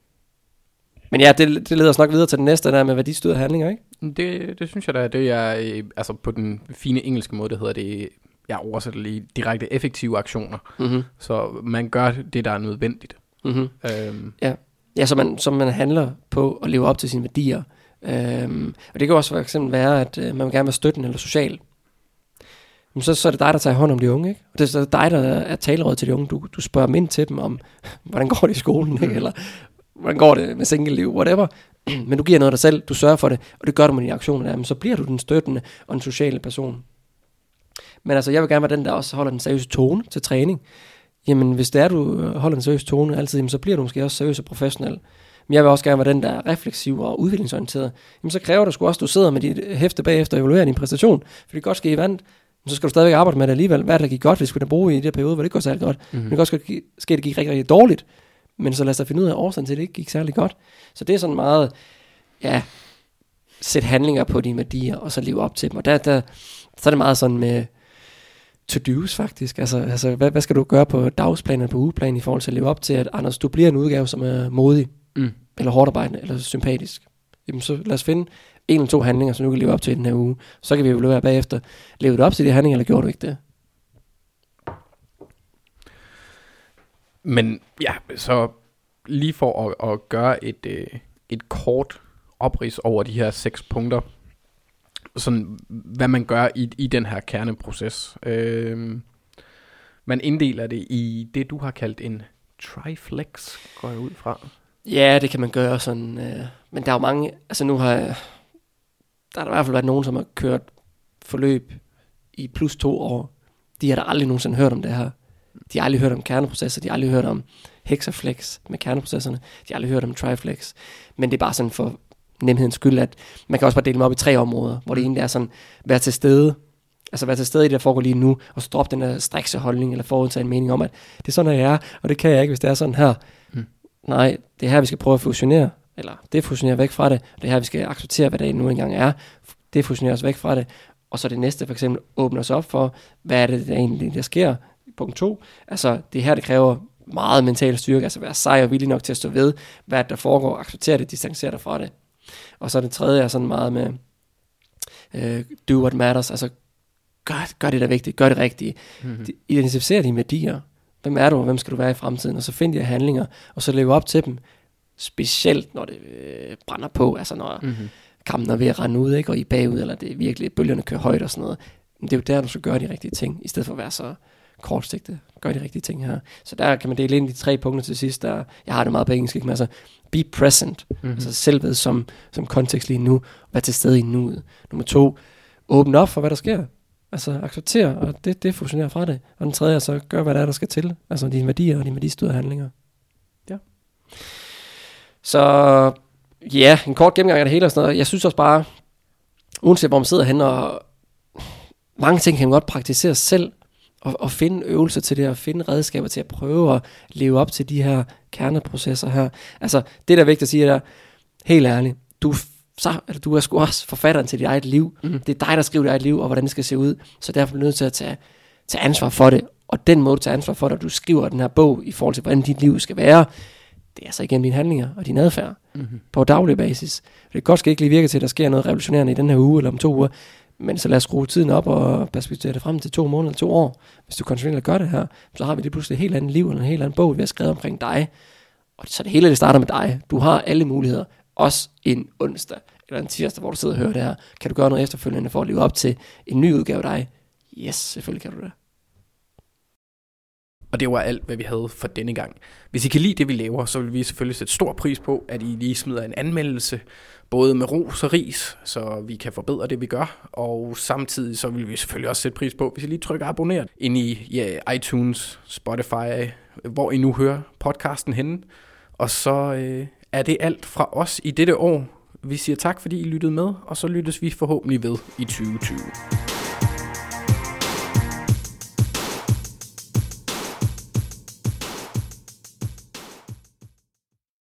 Men ja, det, det leder os nok videre til den næste, der med værdistyrede handlinger, ikke? Det, det synes jeg da, det er, altså på den fine engelske måde, det hedder det, jeg oversætter lige direkte effektive aktioner. Mm-hmm. Så man gør det, der er nødvendigt. Mm-hmm. Øhm. Ja. ja, så man, så man handler på at leve op til sine værdier. Øhm, og det kan også for eksempel være, at øh, man vil gerne være støttende eller social. Men så, så er det dig, der tager hånd om de unge, ikke? Og det er så dig, der er talerød til de unge. Du, du spørger dem ind til dem om, hvordan går det i skolen, ikke? Eller hvordan går det med single-liv, whatever. Men du giver noget af dig selv, du sørger for det, og det gør du med dine aktioner der. Men så bliver du den støttende og den sociale person. Men altså, jeg vil gerne være den, der også holder den seriøse tone til træning. Jamen, hvis det er, du holder en seriøs tone altid, jamen, så bliver du måske også seriøs og professionel. men jeg vil også gerne være den, der er refleksiv og udviklingsorienteret, jamen så kræver det sgu også, at du sidder med dit hæfte bagefter og evaluerer din præstation, for det kan godt ske i vand, men så skal du stadigvæk arbejde med det alligevel. Hvad er det, der gik godt, hvis du kunne bruge i den periode, hvor det ikke går særlig godt? Mm-hmm. Men det kan også ske, at det gik rigtig, rigtig dårligt, men så lad os da finde ud af årsagen til, at det ikke gik særlig godt. Så det er sådan meget, ja, sæt handlinger på dine værdier, og så leve op til dem. Og der, der, så er det meget sådan med to-dos faktisk. Altså, altså hvad, hvad skal du gøre på dagsplan og på ugeplan i forhold til at leve op til, at Anders, du bliver en udgave, som er modig, mm. eller hårdt arbejdende, eller sympatisk. Jamen så lad os finde en eller to handlinger, som du kan leve op til i den her uge. Så kan vi evaluere bagefter. Levede du op til de handlinger, eller gjorde du ikke det? Men ja, så lige for at, at gøre et, øh, et kort oprids over de her seks punkter, sådan hvad man gør i, i den her kerneproces. Øh, man inddeler det i det, du har kaldt en triflex, går jeg ud fra. Ja, det kan man gøre sådan, øh, men der er jo mange, altså nu har jeg, der har der i hvert fald været nogen, som har kørt forløb i plus to år. De har da aldrig nogensinde hørt om det her. De har aldrig hørt om kerneprocesser, de har aldrig hørt om hexaflex med kerneprocesserne, de har aldrig hørt om triflex, men det er bare sådan for nemhedens skyld, at man kan også bare dele dem op i tre områder, hvor det ene er sådan, være til stede, altså være til stede i det, der foregår lige nu, og så droppe den der strikse holdning, eller forudtage en mening om, at det er sådan, at jeg er, og det kan jeg ikke, hvis det er sådan her. Mm. Nej, det er her, vi skal prøve at fusionere, eller det fusionerer væk fra det, og det er her, vi skal acceptere, hvad det nu engang er, det fusionerer os væk fra det, og så det næste, for eksempel, åbner os op for, hvad er det, der egentlig der sker. Punkt to, altså det her, det kræver meget mental styrke, altså være sej og villig nok til at stå ved, hvad der foregår, acceptere det, distancere dig fra det. Og så det tredje er sådan meget med øh, do what matters, altså gør, gør det der vigtigt, gør det rigtige. Mm-hmm. Identificer dine værdier. Hvem er du, og hvem skal du være i fremtiden? Og så find de her handlinger, og så leve op til dem. Specielt når det øh, brænder på, altså når mm-hmm. kampen er ved at rende ud, ikke? Og I bagud, eller det er virkelig, bølgerne kører højt og sådan noget. Men det er jo der, du skal gøre de rigtige ting, i stedet for at være så kortsigtet. Gør de rigtige ting her. Så der kan man dele ind i de tre punkter til sidst. Der, jeg har det meget på engelsk, ikke? Men altså, be present. Mm-hmm. Altså selvved som, som kontekst lige nu. Vær til stede i nuet. Nummer to, åbne op for, hvad der sker. Altså, acceptere, og det, det fusionerer fra det. Og den tredje er så, gør, hvad der er, der skal til. Altså, dine værdier og dine værdistyrede handlinger. Ja. Så, ja, en kort gennemgang af det hele og sådan noget. Jeg synes også bare, uanset hvor man sidder hen, og mange ting kan man godt praktisere selv, og, og finde øvelser til det, og finde redskaber til at prøve at leve op til de her kerneprocesser her. Altså, det der er vigtigt at sige, er, helt ærligt, du, så, altså, du er sgu også forfatteren til dit eget liv. Mm. Det er dig, der skriver dit eget liv, og hvordan det skal se ud. Så derfor er du nødt til at tage, tage ansvar for det. Og den måde, du tager ansvar for det, at du skriver den her bog, i forhold til, hvordan dit liv skal være, det er altså igennem dine handlinger og din adfærd. Mm-hmm. På daglig basis. Det kan godt skal ikke lige virke til, at der sker noget revolutionerende i den her uge, eller om to uger. Men så lad os skrue tiden op og perspektivere det frem til to måneder eller to år. Hvis du kontinuerligt gør det her, så har vi det pludselig et helt andet liv, eller en helt anden bog, vi har skrevet omkring dig. Og så det hele, det starter med dig. Du har alle muligheder. Også en onsdag eller en tirsdag, hvor du sidder og hører det her. Kan du gøre noget efterfølgende for at leve op til en ny udgave af dig? Yes, selvfølgelig kan du det. Og det var alt, hvad vi havde for denne gang. Hvis I kan lide det, vi laver, så vil vi selvfølgelig sætte stor pris på, at I lige smider en anmeldelse, både med ros og ris, så vi kan forbedre det, vi gør. Og samtidig så vil vi selvfølgelig også sætte pris på, hvis I lige trykker abonner ind i ja, iTunes, Spotify, hvor I nu hører podcasten henne. Og så øh, er det alt fra os i dette år. Vi siger tak, fordi I lyttede med, og så lyttes vi forhåbentlig ved i tyve tyve.